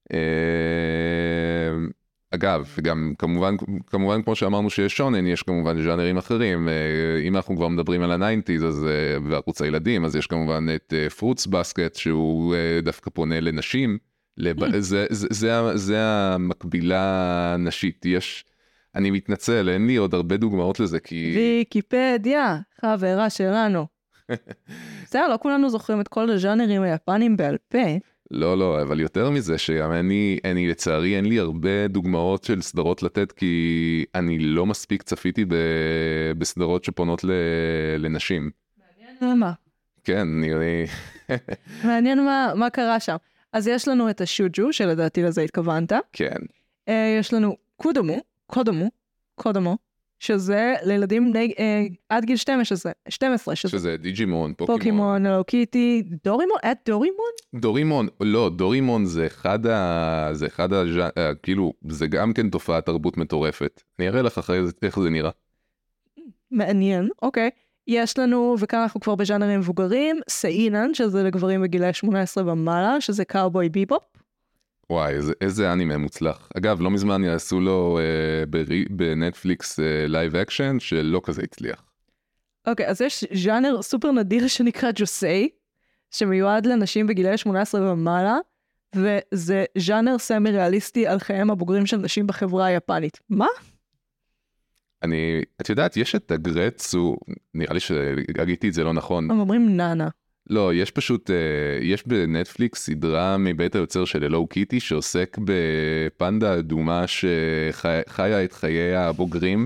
אגב, וגם כמובן, כמובן כמו שאמרנו שיש שונן, יש כמובן ז'אנרים אחרים. אם אנחנו כבר מדברים על הניינטיז, אז בערוץ הילדים, אז יש כמובן את פרוץ בסקט, שהוא דווקא פונה לנשים, לב... זה, זה, זה, זה המקבילה הנשית. יש, אני מתנצל, אין לי עוד הרבה דוגמאות לזה, כי... ויקיפדיה, חברה שלנו. בסדר, לא כולנו זוכרים את כל הז'אנרים היפנים בעל פה. לא, לא, אבל יותר מזה, שגם אני, אני לצערי, אין לי הרבה דוגמאות של סדרות לתת, כי אני לא מספיק צפיתי ב... בסדרות שפונות ל... לנשים. מעניין מה. כן, נראה... מעניין מה, מה קרה שם. אז יש לנו את השוג'ו, שלדעתי לזה התכוונת. כן. יש לנו קודומו, קודומו, קודומו, שזה לילדים די, אה, עד גיל שתים עשרה, שתים עשרה, שזה, שזה דיג'ימון, פוקימון. פוקימון, הלו קיטי, דורימון, את דורימון? דורימון, לא, דורימון זה אחד ה... זה אחד ה... כאילו, זה גם כן תופעת תרבות מטורפת. אני אראה לך אחרי זה, איך זה נראה. מעניין, אוקיי. יש לנו, וכאן אנחנו כבר בז'אנרים מבוגרים, סאינן, שזה לגברים בגילי שמונה עשרה ומעלה, שזה קאובוי ביבופ. וואי, איזה, איזה אנימה מוצלח. אגב, לא מזמן יעשו לו אה, ברי, בנטפליקס אה, לייב אקשן, שלא כזה הצליח. אוקיי, אז יש ז'אנר סופר נדיר שנקרא ג'וסי, שמיועד לנשים בגילי שמונה עשרה ומעלה, וזה ז'אנר סמי ריאליסטי על חייהם הבוגרים של נשים בחברה היפנית. מה? אני, את יודעת, יש את הגרצו, נראה לי שהגיתי את זה לא נכון. הם אומרים נאנה. לא, יש פשוט, יש בנטפליקס סדרה מבית היוצר של הלו קיטי, שעוסק בפנדה אדומה שחיה את חיי הבוגרים,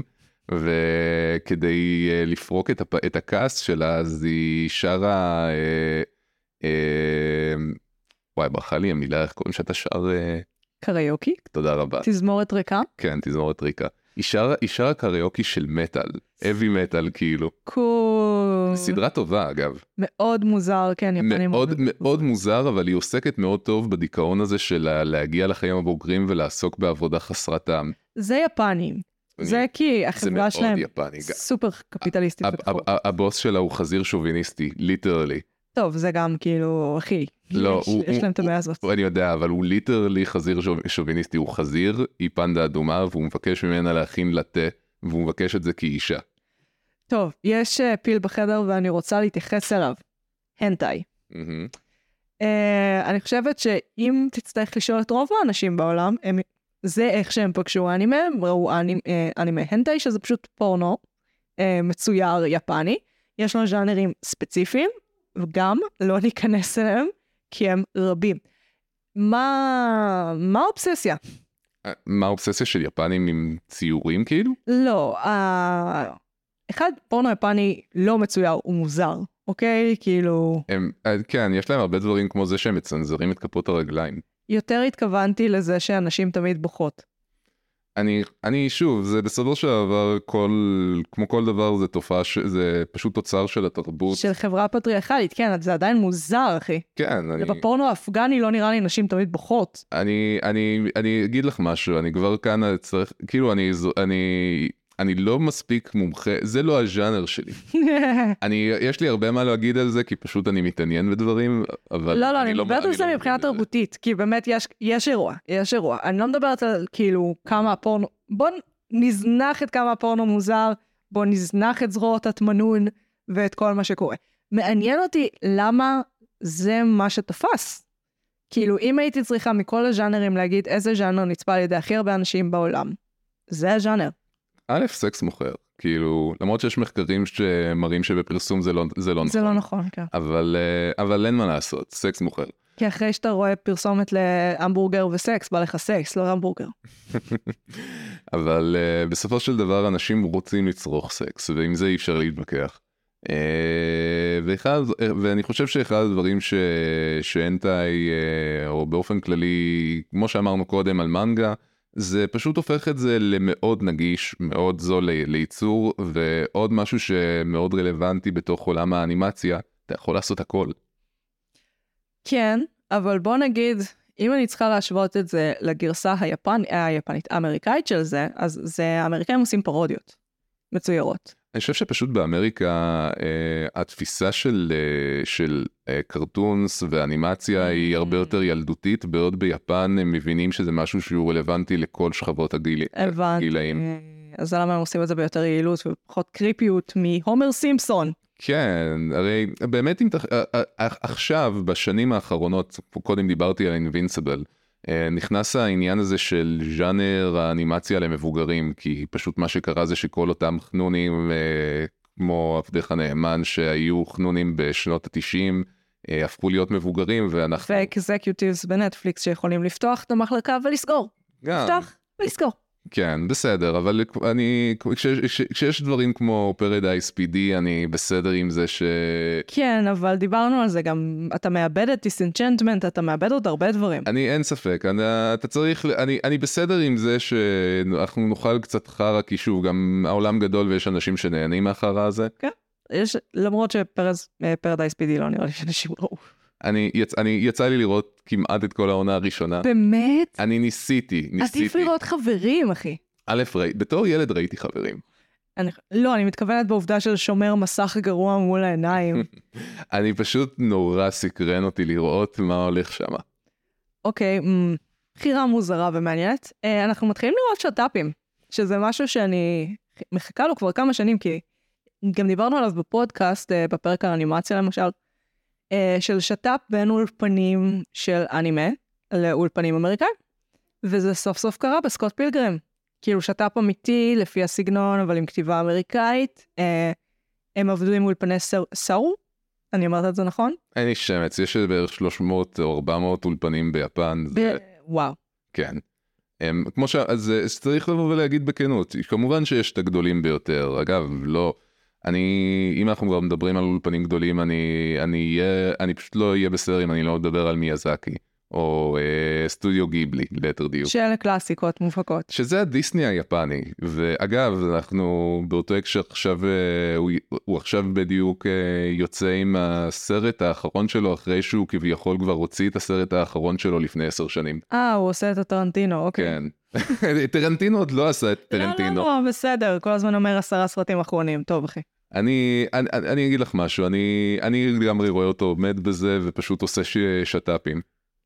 וכדי לפרוק את, הפ... את הכעס שלה, אז היא שרה, אה, אה, וואי, ברכה לי המילה, איך קוראים שאתה שר? אה... קריוקי? תודה רבה. תזמורת ריקה? כן, תזמורת ריקה. היא שרה, היא שרה קריוקי של מטל, אבי מטל כאילו. קול. סדרה טובה אגב. מאוד מוזר, כן, יפנים. מאוד מאוד מוזר, אבל היא עוסקת מאוד טוב בדיכאון הזה של להגיע לחיים הבוגרים ולעסוק בעבודה חסרת טעם. זה יפנים. זה כי החברה שלהם סופר קפיטליסטית. הבוס שלה הוא חזיר שוביניסטי, ליטרלי. טוב, זה גם כאילו, אחי, לא, יש, הוא, יש להם את המאה הזאת. אני יודע, אבל הוא ליטרלי חזיר שוביניסטי, הוא חזיר, היא פנדה אדומה, והוא מבקש ממנה להכין לתה, והוא מבקש את זה כאישה. טוב, יש uh, פיל בחדר ואני רוצה להתייחס אליו. הנטאי. Mm-hmm. Uh, אני חושבת שאם תצטרך לשאול את רוב האנשים בעולם, הם, זה איך שהם פגשו אנימה, הם ראו אנימה, uh, אנימה הנטאי, שזה פשוט פורנו, uh, מצויר יפני. יש לו ז'אנרים ספציפיים, וגם לא ניכנס אליהם, כי הם רבים. מה, מה האובססיה? מה האובססיה של יפנים עם ציורים כאילו? לא, אה... אחד, פורנו יפני לא מצויר, הוא מוזר, אוקיי? כאילו... הם, כן, יש להם הרבה דברים כמו זה שהם מצנזרים את כפות הרגליים. יותר התכוונתי לזה שאנשים תמיד בוכות. אני, אני שוב, זה בסדר שעבר כל, כמו כל דבר, זה תופעה, ש, זה פשוט תוצר של התרבות. של חברה פטריארכלית, כן, זה עדיין מוזר, אחי. כן, אני... ובפורנו האפגני לא נראה לי נשים תמיד בוכות. אני, אני, אני אגיד לך משהו, אני כבר כאן צריך, כאילו, אני, אני, אני לא מספיק מומחה, זה לא הז'אנר שלי. אני, יש לי הרבה מה להגיד על זה, כי פשוט אני מתעניין בדברים, אבל... לא, לא, אני מדברת על זה מבחינה תרבותית, כי באמת יש, יש אירוע, יש אירוע. אני לא מדברת על, כאילו, כמה הפורנו, בוא נזנח את כמה הפורנו מוזר, בוא נזנח את זרועות התמנון, ואת כל מה שקורה. מעניין אותי למה זה מה שתפס. כאילו, אם הייתי צריכה מכל הז'אנרים להגיד איזה ז'אנר נצפה על ידי הכי הרבה אנשים בעולם, זה הז'אנר. א', סקס מוכר, כאילו, למרות שיש מחקרים שמראים שבפרסום זה לא, זה לא נכון. זה לא נכון, כן. אבל, אבל אין מה לעשות, סקס מוכר. כי אחרי שאתה רואה פרסומת להמבורגר וסקס, בא לך סקס, לא המבורגר. אבל בסופו של דבר אנשים רוצים לצרוך סקס, ועם זה אי אפשר להתווכח. ואחד, ואני חושב שאחד הדברים ש, שהנטאי, או באופן כללי, כמו שאמרנו קודם על מנגה, זה פשוט הופך את זה למאוד נגיש, מאוד זול לייצור, ועוד משהו שמאוד רלוונטי בתוך עולם האנימציה, אתה יכול לעשות הכל. כן, אבל בוא נגיד, אם אני צריכה להשוות את זה לגרסה היפנ... היפנית, האמריקאית של זה, אז זה, האמריקאים עושים פרודיות מצוירות. אני חושב שפשוט באמריקה, אה, התפיסה של, אה, של אה, קרטונס ואנימציה היא הרבה יותר ילדותית, בעוד ביפן הם מבינים שזה משהו שהוא רלוונטי לכל שכבות הגיל... הגילאים. אז למה הם עושים את זה ביותר יעילות ופחות קריפיות מהומר סימפסון? כן, הרי באמת אם תח... עכשיו, בשנים האחרונות, קודם דיברתי על Invincible, נכנס העניין הזה של ז'אנר האנימציה למבוגרים, כי פשוט מה שקרה זה שכל אותם חנונים, כמו עבדך הנאמן, שהיו חנונים בשנות ה-תשעים, הפכו להיות מבוגרים, ואנחנו... ואקזקיוטיבס בנטפליקס שיכולים לפתוח את המחלקה ולסגור. גם. לפתוח ולסגור. כן, בסדר, אבל אני, כשיש, כשיש דברים כמו פרדייס פי די, אני בסדר עם זה ש... כן, אבל דיברנו על זה גם, אתה מאבד את דיסנצ'נטמנט, אתה מאבד עוד הרבה דברים. אני, אין ספק, אני, אתה צריך, אני, אני בסדר עם זה שאנחנו נאכל קצת חרא, כי שוב, גם העולם גדול ויש אנשים שנהנים מהחרא הזה. כן, יש, למרות שפרדייס פי די לא נראה לי שאנשים ראו. אני, יצ, אני, יצא לי לראות כמעט את כל העונה הראשונה. באמת? אני ניסיתי, ניסיתי. עדיף לראות חברים, אחי. א', ראי, בתור ילד ראיתי חברים. אני, לא, אני מתכוונת בעובדה של שומר מסך גרוע מול העיניים. אני פשוט נורא סקרן אותי לראות מה הולך שם. אוקיי, בחירה מוזרה ומעניינת. אנחנו מתחילים לראות שטאפים, שזה משהו שאני מחכה לו כבר כמה שנים, כי גם דיברנו עליו בפודקאסט, בפרק על אנימציה למשל, של שטאפ בין אולפנים של אנימה לאולפנים אמריקאים, וזה סוף סוף קרה בסקוט פילגרם. כאילו שטאפ אמיתי לפי הסגנון, אבל עם כתיבה אמריקאית. הם עבדו עם אולפני סאו, אני אומרת את זה נכון? אין לי שמץ, יש בערך שלוש מאות או ארבע מאות אולפנים ביפן. זה... וואו. כן. הם, כמו ש... אז צריך לבוא ולהגיד בכנות, כמובן שיש את הגדולים ביותר, אגב, לא... אני, אם אנחנו כבר מדברים על אולפנים גדולים, אני, אני, יהיה, אני פשוט לא אהיה בסדר אם אני לא מדבר על מיאזקי, או אה, סטודיו גיבלי, ליתר דיוק. שאלה קלאסיקות מופקות. שזה הדיסני היפני, ואגב, אנחנו באותו הקשר עכשיו, אה, הוא, הוא עכשיו בדיוק אה, יוצא עם הסרט האחרון שלו, אחרי שהוא כביכול כבר הוציא את הסרט האחרון שלו לפני עשר שנים. אה, הוא עושה את הטרנטינו, אוקיי. כן. טרנטינו עוד לא עשה את טרנטינו. לא, לא, בסדר, כל הזמן אומר עשרה סרטים אחרונים, טוב אחי. אני, אני, אני אגיד לך משהו, אני, אני לגמרי רואה אותו עומד בזה ופשוט עושה שטאפים.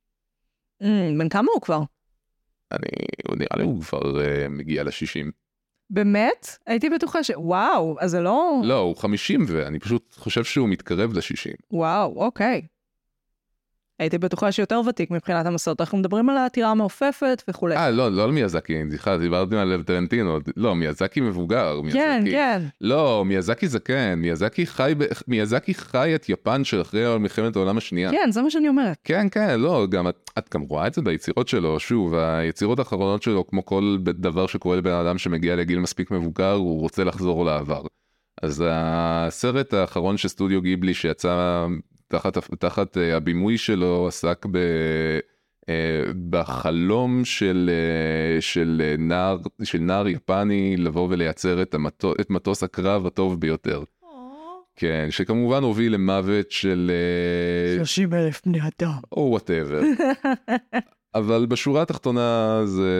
בן כמה הוא כבר? אני, נראה לי הוא כבר uh, מגיע ל-שישים. באמת? הייתי בטוחה ש... וואו, אז זה לא... לא, הוא חמישים ואני פשוט חושב שהוא מתקרב ל-שישים. וואו, אוקיי. הייתי בטוחה שיותר ותיק מבחינת המסורת, אנחנו מדברים על העתירה המעופפת וכו'. אה, לא, לא על מיאזקי, דיברתי על טרנטינו, לא, מיאזקי מבוגר, מיאזקי. כן, כן. לא, מיאזקי זה כן, מיאזקי חי, ב... מיאזקי חי את יפן של אחרי מלחמת העולם השנייה. כן, זה מה שאני אומרת. כן, כן, לא, גם את, את גם רואה את זה ביצירות שלו, שוב, היצירות האחרונות שלו, כמו כל דבר שקורה לבן אדם שמגיע לגיל מספיק מבוגר, הוא רוצה לחזור לעבר. אז הסרט האחרון של סטודיו גיבלי שיצא... תחת, תחת uh, הבימוי שלו עסק ב, uh, בחלום של, uh, של, uh, נער, של נער יפני לבוא ולייצר את, המטו, את מטוס הקרב הטוב ביותר. Aww. כן, שכמובן הוביל למוות של... Uh, שלושים אלף בני אדם. או whatever. אבל בשורה התחתונה זה...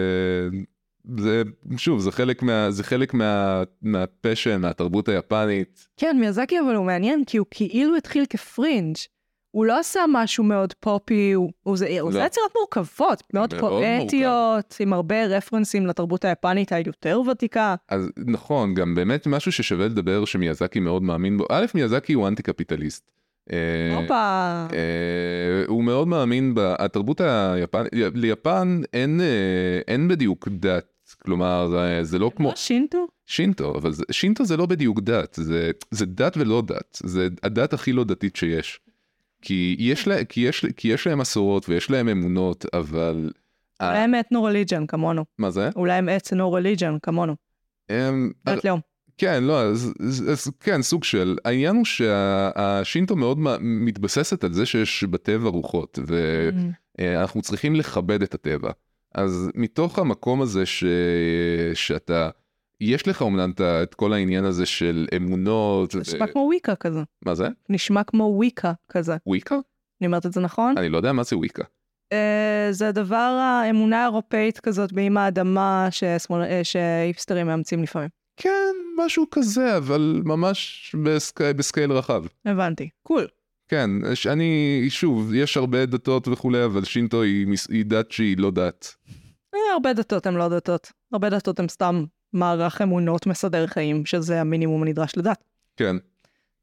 זה, שוב, זה חלק מה, זה חלק מה, מהפשן, מהתרבות היפנית. כן, מיאזקי אבל הוא מעניין, כי הוא כאילו התחיל כפרינג'. הוא לא עשה משהו מאוד פופי, הוא, הוא זה, הוא לא. זה יצירות מורכבות, מאוד, מאוד פואטיות, מורכב. עם הרבה רפרנסים לתרבות היפנית היותר ותיקה. אז נכון, גם באמת משהו ששווה לדבר שמיאזקי מאוד מאמין בו. א', מיאזקי הוא אנטי-קפיטליסט. הופה. הוא מאוד מאמין בתרבות היפנית, ליפן אין, אין בדיוק דת. כלומר, זה לא כמו... שינטו? שינטו, אבל זה, שינטו זה לא בדיוק דת, זה, זה דת ולא דת, זה הדת הכי לא דתית שיש. כי יש, לה, כי יש, כי יש להם מסורות ויש להם אמונות, אבל... אולי הם אתנו-רליג'ן כמונו. מה זה? אולי הם אתנו-רליג'ן כמונו. דת לאום. כן, לא, אז, אז כן, סוג של... העניין הוא שהשינטו מאוד מתבססת על זה שיש בטבע רוחות, ואנחנו צריכים לכבד את הטבע. אז מתוך המקום הזה ש... שאתה, יש לך אומנם את כל העניין הזה של אמונות. נשמע ו... כמו וויקה כזה. מה זה? נשמע כמו וויקה כזה. וויקה? אני אומרת את זה נכון? אני לא יודע מה זה וויקה. Uh, זה הדבר, האמונה האירופאית כזאת באמא האדמה ששמאל... שהיפסטרים מאמצים לפעמים. כן, משהו כזה, אבל ממש בסק... בסקייל רחב. הבנתי, קול. כן, אני, שוב, יש הרבה דתות וכולי, אבל שינטו היא, היא דת שהיא לא דת. הרבה דתות הן לא דתות. הרבה דתות הן סתם מערך אמונות מסדר חיים, שזה המינימום הנדרש לדת. כן.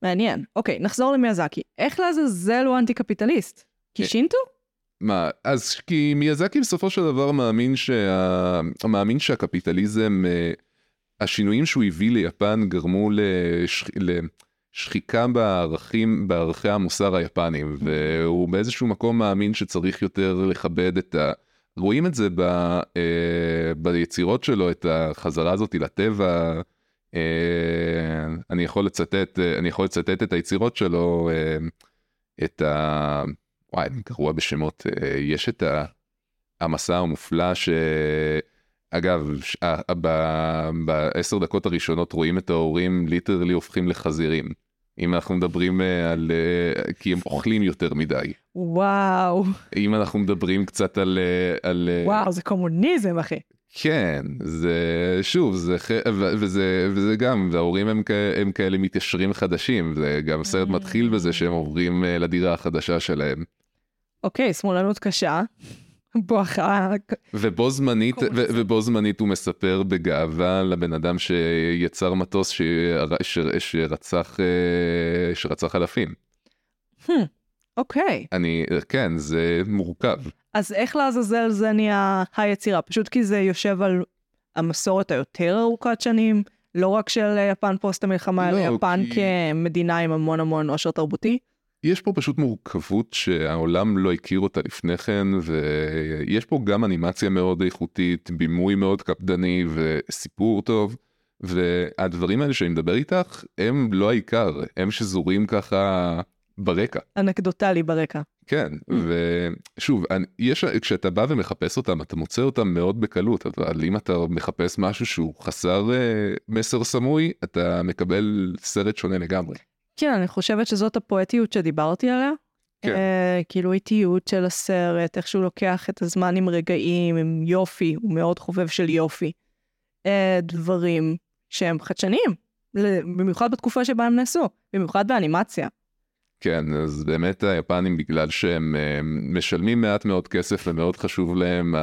מעניין. אוקיי, נחזור למיאזקי. איך לעזאזל הוא אנטי-קפיטליסט? כי שינטו? מה, אז כי מיאזקי בסופו של דבר מאמין, שה... מאמין שהקפיטליזם, השינויים שהוא הביא ליפן גרמו לש... לשחיקה בערכים, בערכי המוסר היפנים, והוא באיזשהו מקום מאמין שצריך יותר לכבד את ה... רואים את זה ב... ביצירות שלו, את החזרה הזאת לטבע. אני יכול לצטט, אני יכול לצטט את היצירות שלו, את ה... וואי, אני גרוע בשמות. יש את המסע המופלא ש... אגב, בעשר דקות הראשונות רואים את ההורים ליטרלי הופכים לחזירים. אם אנחנו מדברים על... כי הם אוכלים יותר מדי. וואו. אם אנחנו מדברים קצת על... על... וואו, זה קומוניזם, אחי. כן, זה... שוב, זה... וזה, וזה גם, וההורים הם, הם כאלה מתיישרים חדשים, וגם הסרט מתחיל בזה שהם עוברים לדירה החדשה שלהם. אוקיי, שמאלנות קשה. בואכה. ובו זמנית, ו, ובו זמנית הוא מספר בגאווה לבן אדם שיצר מטוס ש, ש, שרצח, שרצח אלפים. אוקיי. אני, כן, זה מורכב. אז איך לעזאזל זה נהיה היצירה? פשוט כי זה יושב על המסורת היותר ארוכת שנים, לא רק של יפן פוסט המלחמה, אלא לא, יפן כי... כמדינה עם המון המון עושר תרבותי? יש פה פשוט מורכבות שהעולם לא הכיר אותה לפני כן, ויש פה גם אנימציה מאוד איכותית, בימוי מאוד קפדני וסיפור טוב, והדברים האלה שאני מדבר איתך, הם לא העיקר, הם שזורים ככה ברקע. אנקדוטלי ברקע. כן, ושוב, יש, כשאתה בא ומחפש אותם, אתה מוצא אותם מאוד בקלות, אבל אם אתה מחפש משהו שהוא חסר מסר סמוי, אתה מקבל סרט שונה לגמרי. כן, אני חושבת שזאת הפואטיות שדיברתי עליה. כן. אה, כאילו איטיות של הסרט, איך שהוא לוקח את הזמן עם רגעים, עם יופי, הוא מאוד חובב של יופי. אה, דברים שהם חדשניים, במיוחד בתקופה שבה הם נעשו, במיוחד באנימציה. כן, אז באמת היפנים, בגלל שהם משלמים מעט מאוד כסף ומאוד חשוב להם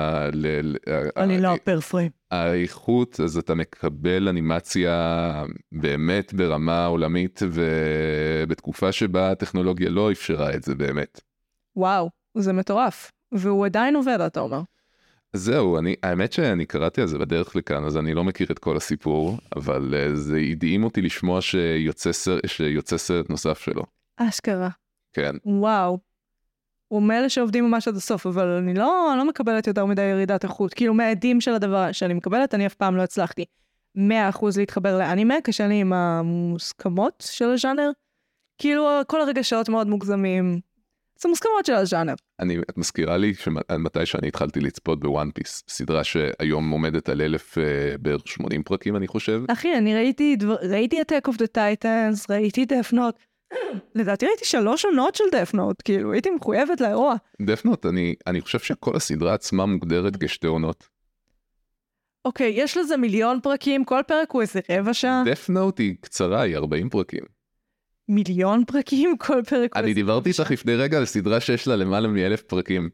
אני לא פר פריים. האיכות, אז אתה מקבל אנימציה באמת ברמה עולמית, ובתקופה שבה הטכנולוגיה לא אפשרה את זה באמת. וואו, זה מטורף. והוא עדיין עובד, אתה אומר. זהו, אני, האמת שאני קראתי על זה בדרך לכאן, אז אני לא מכיר את כל הסיפור, אבל זה הדהים אותי לשמוע שיוצא סרט, שיוצא סרט נוסף שלו. אשכרה. כן. וואו. הוא מאלה שעובדים ממש עד הסוף, אבל אני לא, לא מקבלת יותר מדי ירידת איכות. כאילו, מהעדים של הדבר שאני מקבלת, אני אף פעם לא הצלחתי מאה אחוז להתחבר לאנימה, קשה לי עם המוסכמות של הז'אנר. כאילו, כל הרגשות מאוד מוגזמים. זה מוסכמות של הז'אנר. אני, את מזכירה לי שמתי שאני התחלתי לצפות בוואן פיס, סדרה שהיום עומדת על אלף בערך שמונים פרקים, אני חושב. אחי, אני ראיתי, דבר, ראיתי את Attack of the Titans, ראיתי Death Note. לדעתי ראיתי שלוש עונות של Death Note, כאילו, הייתי מחויבת לאירוע. Death Note, אני, אני חושב שכל הסדרה עצמה מוגדרת כשתי עונות. אוקיי, יש לזה מיליון פרקים, כל פרק הוא איזה רבע שעה. Death Note היא קצרה, היא ארבעים פרקים. מיליון פרקים, כל פרק הוא אני דיברתי איתך לפני רגע על סדרה שיש לה למעלה מאלף פרקים.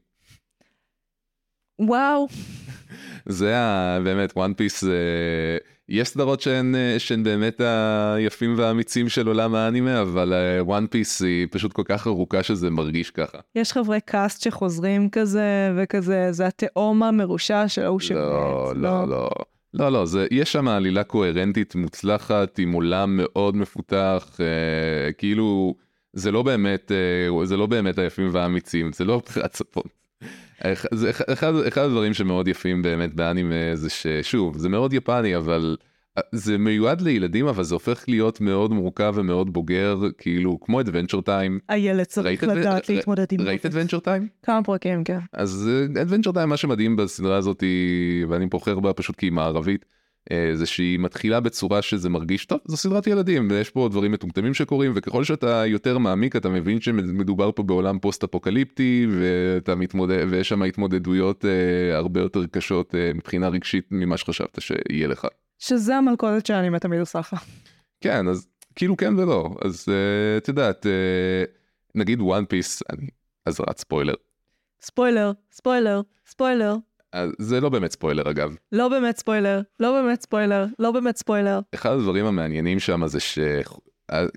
וואו. זה באמת, One Piece, יש סדרות שהן, שהן באמת היפים והאמיצים של עולם האנימה, אבל One Piece היא פשוט כל כך ארוכה שזה מרגיש ככה. יש חברי קאסט שחוזרים כזה וכזה, זה התאום המרושע של ההוא שבאמת. לא, לא, לא. לא, לא, זה, יש שם עלילה קוהרנטית מוצלחת, עם עולם מאוד מפותח, אה, כאילו, זה לא באמת, אה, זה לא באמת היפים והאמיצים, זה לא הצפון. זה אחד, אחד הדברים שמאוד יפים באמת באנימה זה ששוב, זה מאוד יפני, אבל זה מיועד לילדים, אבל זה הופך להיות מאוד מורכב ומאוד בוגר, כאילו, כמו Adventure Time. הילד צריך לדעת להתמודד עם... ראית Adventure Time? כמה פרקים, כן. אז Adventure Time, מה שמדהים בסדרה הזאת, ואני בוחר בה פשוט כי היא מערבית, זה שהיא מתחילה בצורה שזה מרגיש טוב, זו סדרת ילדים, ויש פה דברים מטומטמים שקורים, וככל שאתה יותר מעמיק, אתה מבין שמדובר פה בעולם פוסט-אפוקליפטי, ואתה מתמודד, ויש שם התמודדויות אה, הרבה יותר קשות אה, מבחינה רגשית ממה שחשבת שיהיה לך. שזה המלכודת שאני תמיד עושה לך. כן, אז כאילו כן ולא, אז אה, את יודעת, אה, נגיד One Piece, אני, אז רץ ספוילר. ספוילר, ספוילר, ספוילר. זה לא באמת ספוילר אגב. לא באמת ספוילר, לא באמת ספוילר, לא באמת ספוילר. אחד הדברים המעניינים שם זה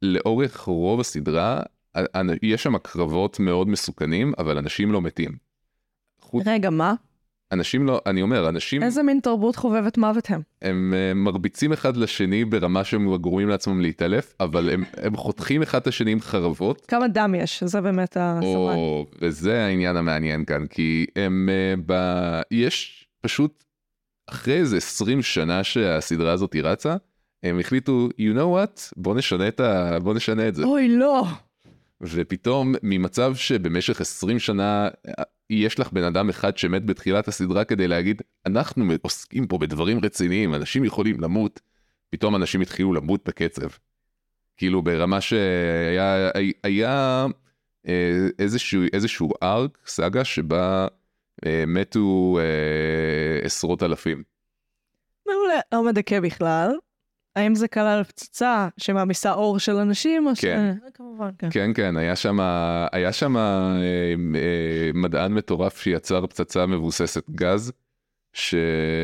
לאורך רוב הסדרה, יש שם קרבות מאוד מסוכנים, אבל אנשים לא מתים. רגע, מה? אנשים לא, אני אומר, אנשים... איזה מין תרבות חובבת מוות הם? הם uh, מרביצים אחד לשני ברמה שהם גורמים לעצמם להתעלף, אבל הם, הם חותכים אחד את השני עם חרבות. כמה דם יש, זה באמת הסרן. או, וזה העניין המעניין כאן, כי הם, uh, ב... יש פשוט, אחרי איזה עשרים שנה שהסדרה הזאת היא רצה, הם החליטו, you know what, בוא נשנה את, ה... בוא נשנה את זה. אוי, לא. ופתאום, ממצב שבמשך עשרים שנה... יש לך בן אדם אחד שמת בתחילת הסדרה כדי להגיד, אנחנו עוסקים פה בדברים רציניים, אנשים יכולים למות, פתאום אנשים התחילו למות בקצב. כאילו ברמה שהיה היה איזשהו, איזשהו ארק, סאגה, שבה מתו עשרות אלפים. מעולה, לא מדכא בכלל. האם זה כלל פצצה שמעמיסה אור של אנשים? כן. ש... כמובן, כן. כן, כן, היה שם, היה שם אה, אה, מדען מטורף שיצר פצצה מבוססת גז, ש...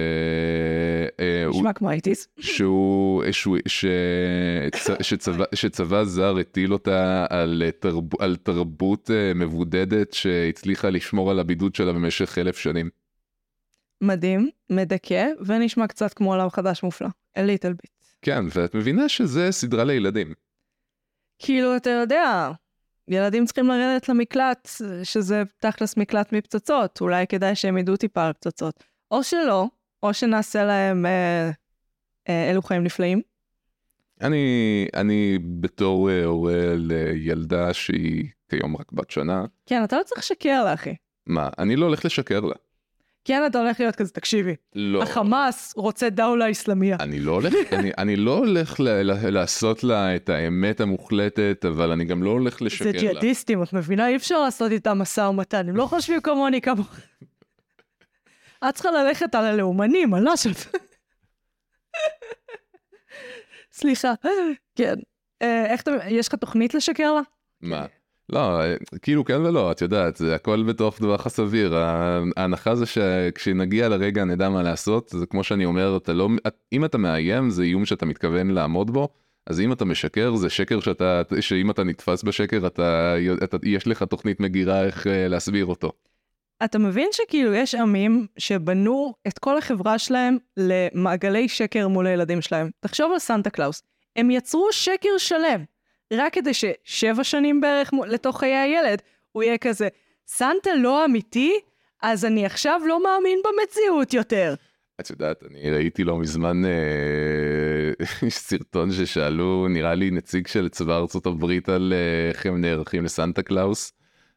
נשמע כמו הייטיס. שהוא, שהוא, ש... שצבא, שצבא זר הטיל אותה על, תרב... על תרבות מבודדת שהצליחה לשמור על הבידוד שלה במשך אלף שנים. מדהים, מדכא, ונשמע קצת כמו עולם חדש מופלא. A little bit. כן, ואת מבינה שזה סדרה לילדים. כאילו, אתה יודע, ילדים צריכים לרדת למקלט, שזה תכלס מקלט מפצצות, אולי כדאי שהם ידעו טיפה על פצצות. או שלא, או שנעשה להם אה, אה, אלו חיים נפלאים. אני, אני בתור אה, הורה לילדה שהיא כיום רק בת שנה. כן, אתה לא צריך לשקר לה, אחי. מה? אני לא הולך לשקר לה. כן, אתה הולך להיות כזה, תקשיבי. לא. החמאס רוצה דאולה אסלאמיה. אני לא הולך, אני, אני לא הולך ל, ל, לעשות לה את האמת המוחלטת, אבל אני גם לא הולך לשקר לה. זה ג'יהאדיסטים, את מבינה? אי אפשר לעשות איתם משא ומתן, הם לא חושבים כמוני כמו... את צריכה ללכת על הלאומנים, על נשת. סליחה. כן. איך אתה... יש לך תוכנית לשקר לה? מה? לא, כאילו כן ולא, את יודעת, זה הכל בתוך דבר הסביר. ההנחה זה שכשנגיע לרגע נדע מה לעשות, זה כמו שאני אומר, אתה לא, אם אתה מאיים, זה איום שאתה מתכוון לעמוד בו, אז אם אתה משקר, זה שקר שאתה, שאם אתה נתפס בשקר, אתה, אתה, יש לך תוכנית מגירה איך להסביר אותו. אתה מבין שכאילו יש עמים שבנו את כל החברה שלהם למעגלי שקר מול הילדים שלהם. תחשוב על סנטה קלאוס. הם יצרו שקר שלם. רק כדי ששבע שנים בערך לתוך חיי הילד, הוא יהיה כזה, סנטה לא אמיתי, אז אני עכשיו לא מאמין במציאות יותר. את יודעת, אני ראיתי לא מזמן אה, סרטון ששאלו, נראה לי נציג של צבא ארצות הברית על איך הם נערכים לסנטה קלאוס,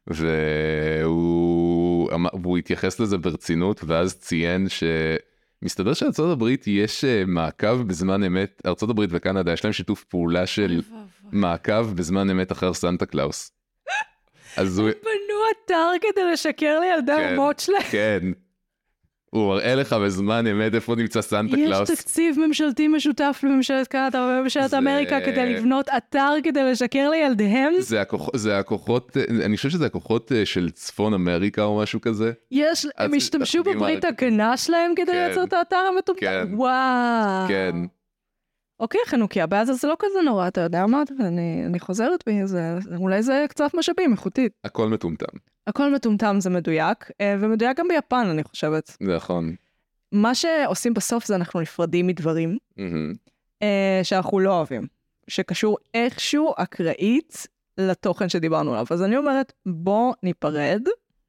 והוא, והוא התייחס לזה ברצינות, ואז ציין ש... מסתבר שארצות הברית יש מעקב בזמן אמת, ארצות הברית וקנדה יש להם שיתוף פעולה של מעקב בזמן אמת אחר סנטה קלאוס. אז הוא... בנו אתר כדי לשקר לילדי המות שלהם. כן. הוא מראה לך בזמן אמת איפה נמצא סנטה קלאוס. יש תקציב ממשלתי משותף לממשלת קנדה וממשלת אמריקה כדי לבנות אתר כדי לשקר לילדיהם. זה הכוחות, אני חושב שזה הכוחות של צפון אמריקה או משהו כזה. יש, הם השתמשו בברית הגנה שלהם כדי לייצר את האתר המטומטם. וואו. כן. אוקיי, חנוכיה, בעזה זה לא כזה נורא, אתה יודע מה? אני, אני חוזרת בי, זה, אולי זה קצת משאבים, איכותית. הכל מטומטם. הכל מטומטם זה מדויק, ומדויק גם ביפן, אני חושבת. נכון. מה שעושים בסוף זה אנחנו נפרדים מדברים, mm-hmm. שאנחנו לא אוהבים, שקשור איכשהו אקראית לתוכן שדיברנו עליו. אז אני אומרת, בוא ניפרד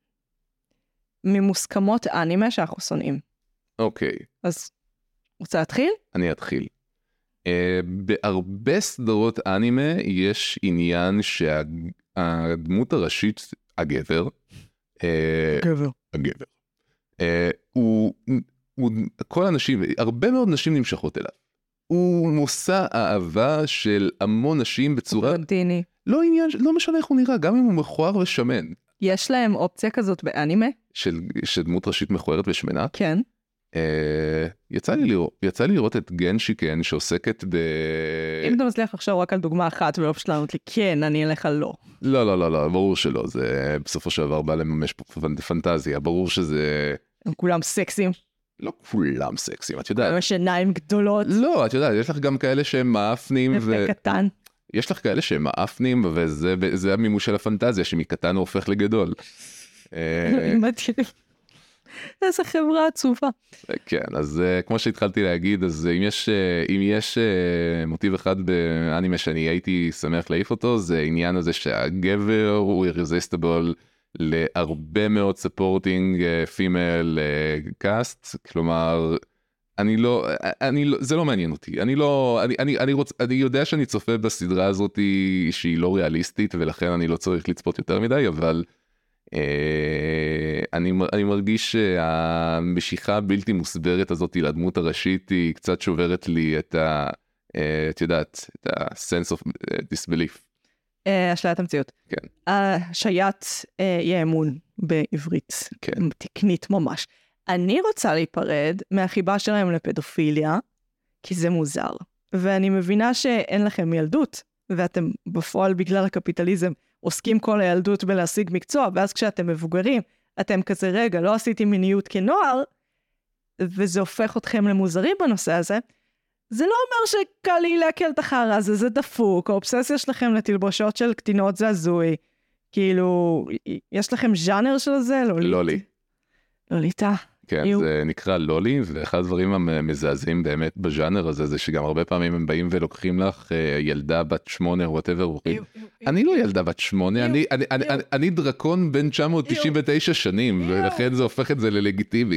ממוסכמות אנימה שאנחנו שונאים. אוקיי. אז, רוצה להתחיל? אני אתחיל. Uh, בהרבה סדרות אנימה יש עניין שהדמות הראשית, הגבר, uh, גבר, הגבר, uh, הוא, הוא, כל הנשים, הרבה מאוד נשים נמשכות אליו. הוא מושא אהבה של המון נשים בצורה, קונטיני. לא עניין, לא משנה איך הוא נראה, גם אם הוא מכוער ושמן. יש להם אופציה כזאת באנימה? של, של דמות ראשית מכוערת ושמנה? כן. Uh, יצא לי לראות, יצא לי לראות את גן שיקן שעוסקת ב... אם אתה מצליח לחשוב רק על דוגמה אחת ולא פשוט לענות לי, כן, אני אלך על לא. לא, לא, לא, לא, ברור שלא, זה בסופו של דבר בא לממש פנטזיה, ברור שזה... הם כולם סקסים. לא כולם סקסים, את יודעת. יש עיניים גדולות. לא, את יודעת, יש לך גם כאלה שהם מאפנים ו... קטן. יש לך כאלה שהם מאפנים, וזה המימוש של הפנטזיה, שמקטן הוא הופך לגדול. מדהים. איזה חברה עצובה. כן, אז כמו שהתחלתי להגיד, אז אם יש, אם יש מוטיב אחד באנימה שאני הייתי שמח להעיף אותו, זה העניין הזה שהגבר הוא irresistible להרבה מאוד supporting female cast, כלומר, אני לא, אני לא, זה לא מעניין אותי. אני לא, אני, אני, אני רוצ, אני יודע שאני צופה בסדרה הזאת שהיא לא ריאליסטית, ולכן אני לא צריך לצפות יותר מדי, אבל אני, אני מרגיש שהמשיכה הבלתי מוסברת הזאת לדמות הראשית היא קצת שוברת לי את ה, את יודעת, את ה-sense of disbelief. השליית המציאות. כן. השליית אי אמון בעברית. כן. תקנית ממש. אני רוצה להיפרד מהחיבה שלהם לפדופיליה, כי זה מוזר. ואני מבינה שאין לכם ילדות, ואתם בפועל בגלל הקפיטליזם עוסקים כל הילדות בלהשיג מקצוע, ואז כשאתם מבוגרים, אתם כזה רגע, לא עשיתי מיניות כנוער, וזה הופך אתכם למוזרים בנושא הזה. זה לא אומר שקל לי להקל את החרא הזה, זה דפוק, האובססיה שלכם לתלבושות של קטינות זה הזוי. כאילו, יש לכם ז'אנר של זה? לולית. לולי. לוליטה. כן, יו. זה נקרא לולי, ואחד הדברים המזעזעים באמת בז'אנר הזה, זה שגם הרבה פעמים הם באים ולוקחים לך ילדה בת שמונה או whatever. אני לא ילדה בת שמונה, אני, אני, אני, אני, אני דרקון בין תשע מאות תשעים ותשע שנים, ולכן זה הופך את זה ללגיטימי.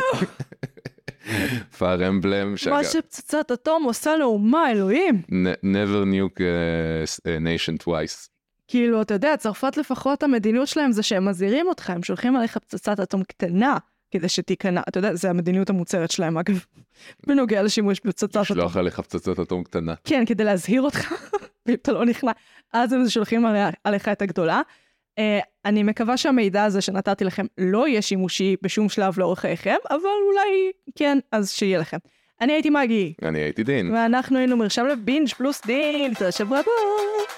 פייר אמבלם. מה שפצצת אטום עושה לאומה, אלוהים. Never nuke a nation twice. כאילו, אתה יודע, צרפת לפחות המדיניות שלהם זה שהם מזהירים אותך, הם שולחים עליך פצצת אטום קטנה, כדי שתיכנע. אתה יודע, זה המדיניות המוצרת שלהם, אגב, בנוגע לשימוש בפצצת אטום. לשלוח עליך פצצת אטום קטנה. כן, כדי להזהיר אותך, ואם אתה לא נכנע, אז הם שולחים עליך את הגדולה. Uh, אני מקווה שהמידע הזה שנתתי לכם לא יהיה שימושי בשום שלב לאורך חייכם, אבל אולי כן, אז שיהיה לכם. אני הייתי מגי. אני הייתי דין. ואנחנו היינו מרשם לבינג' פלוס דין. תודה שבוע הבא.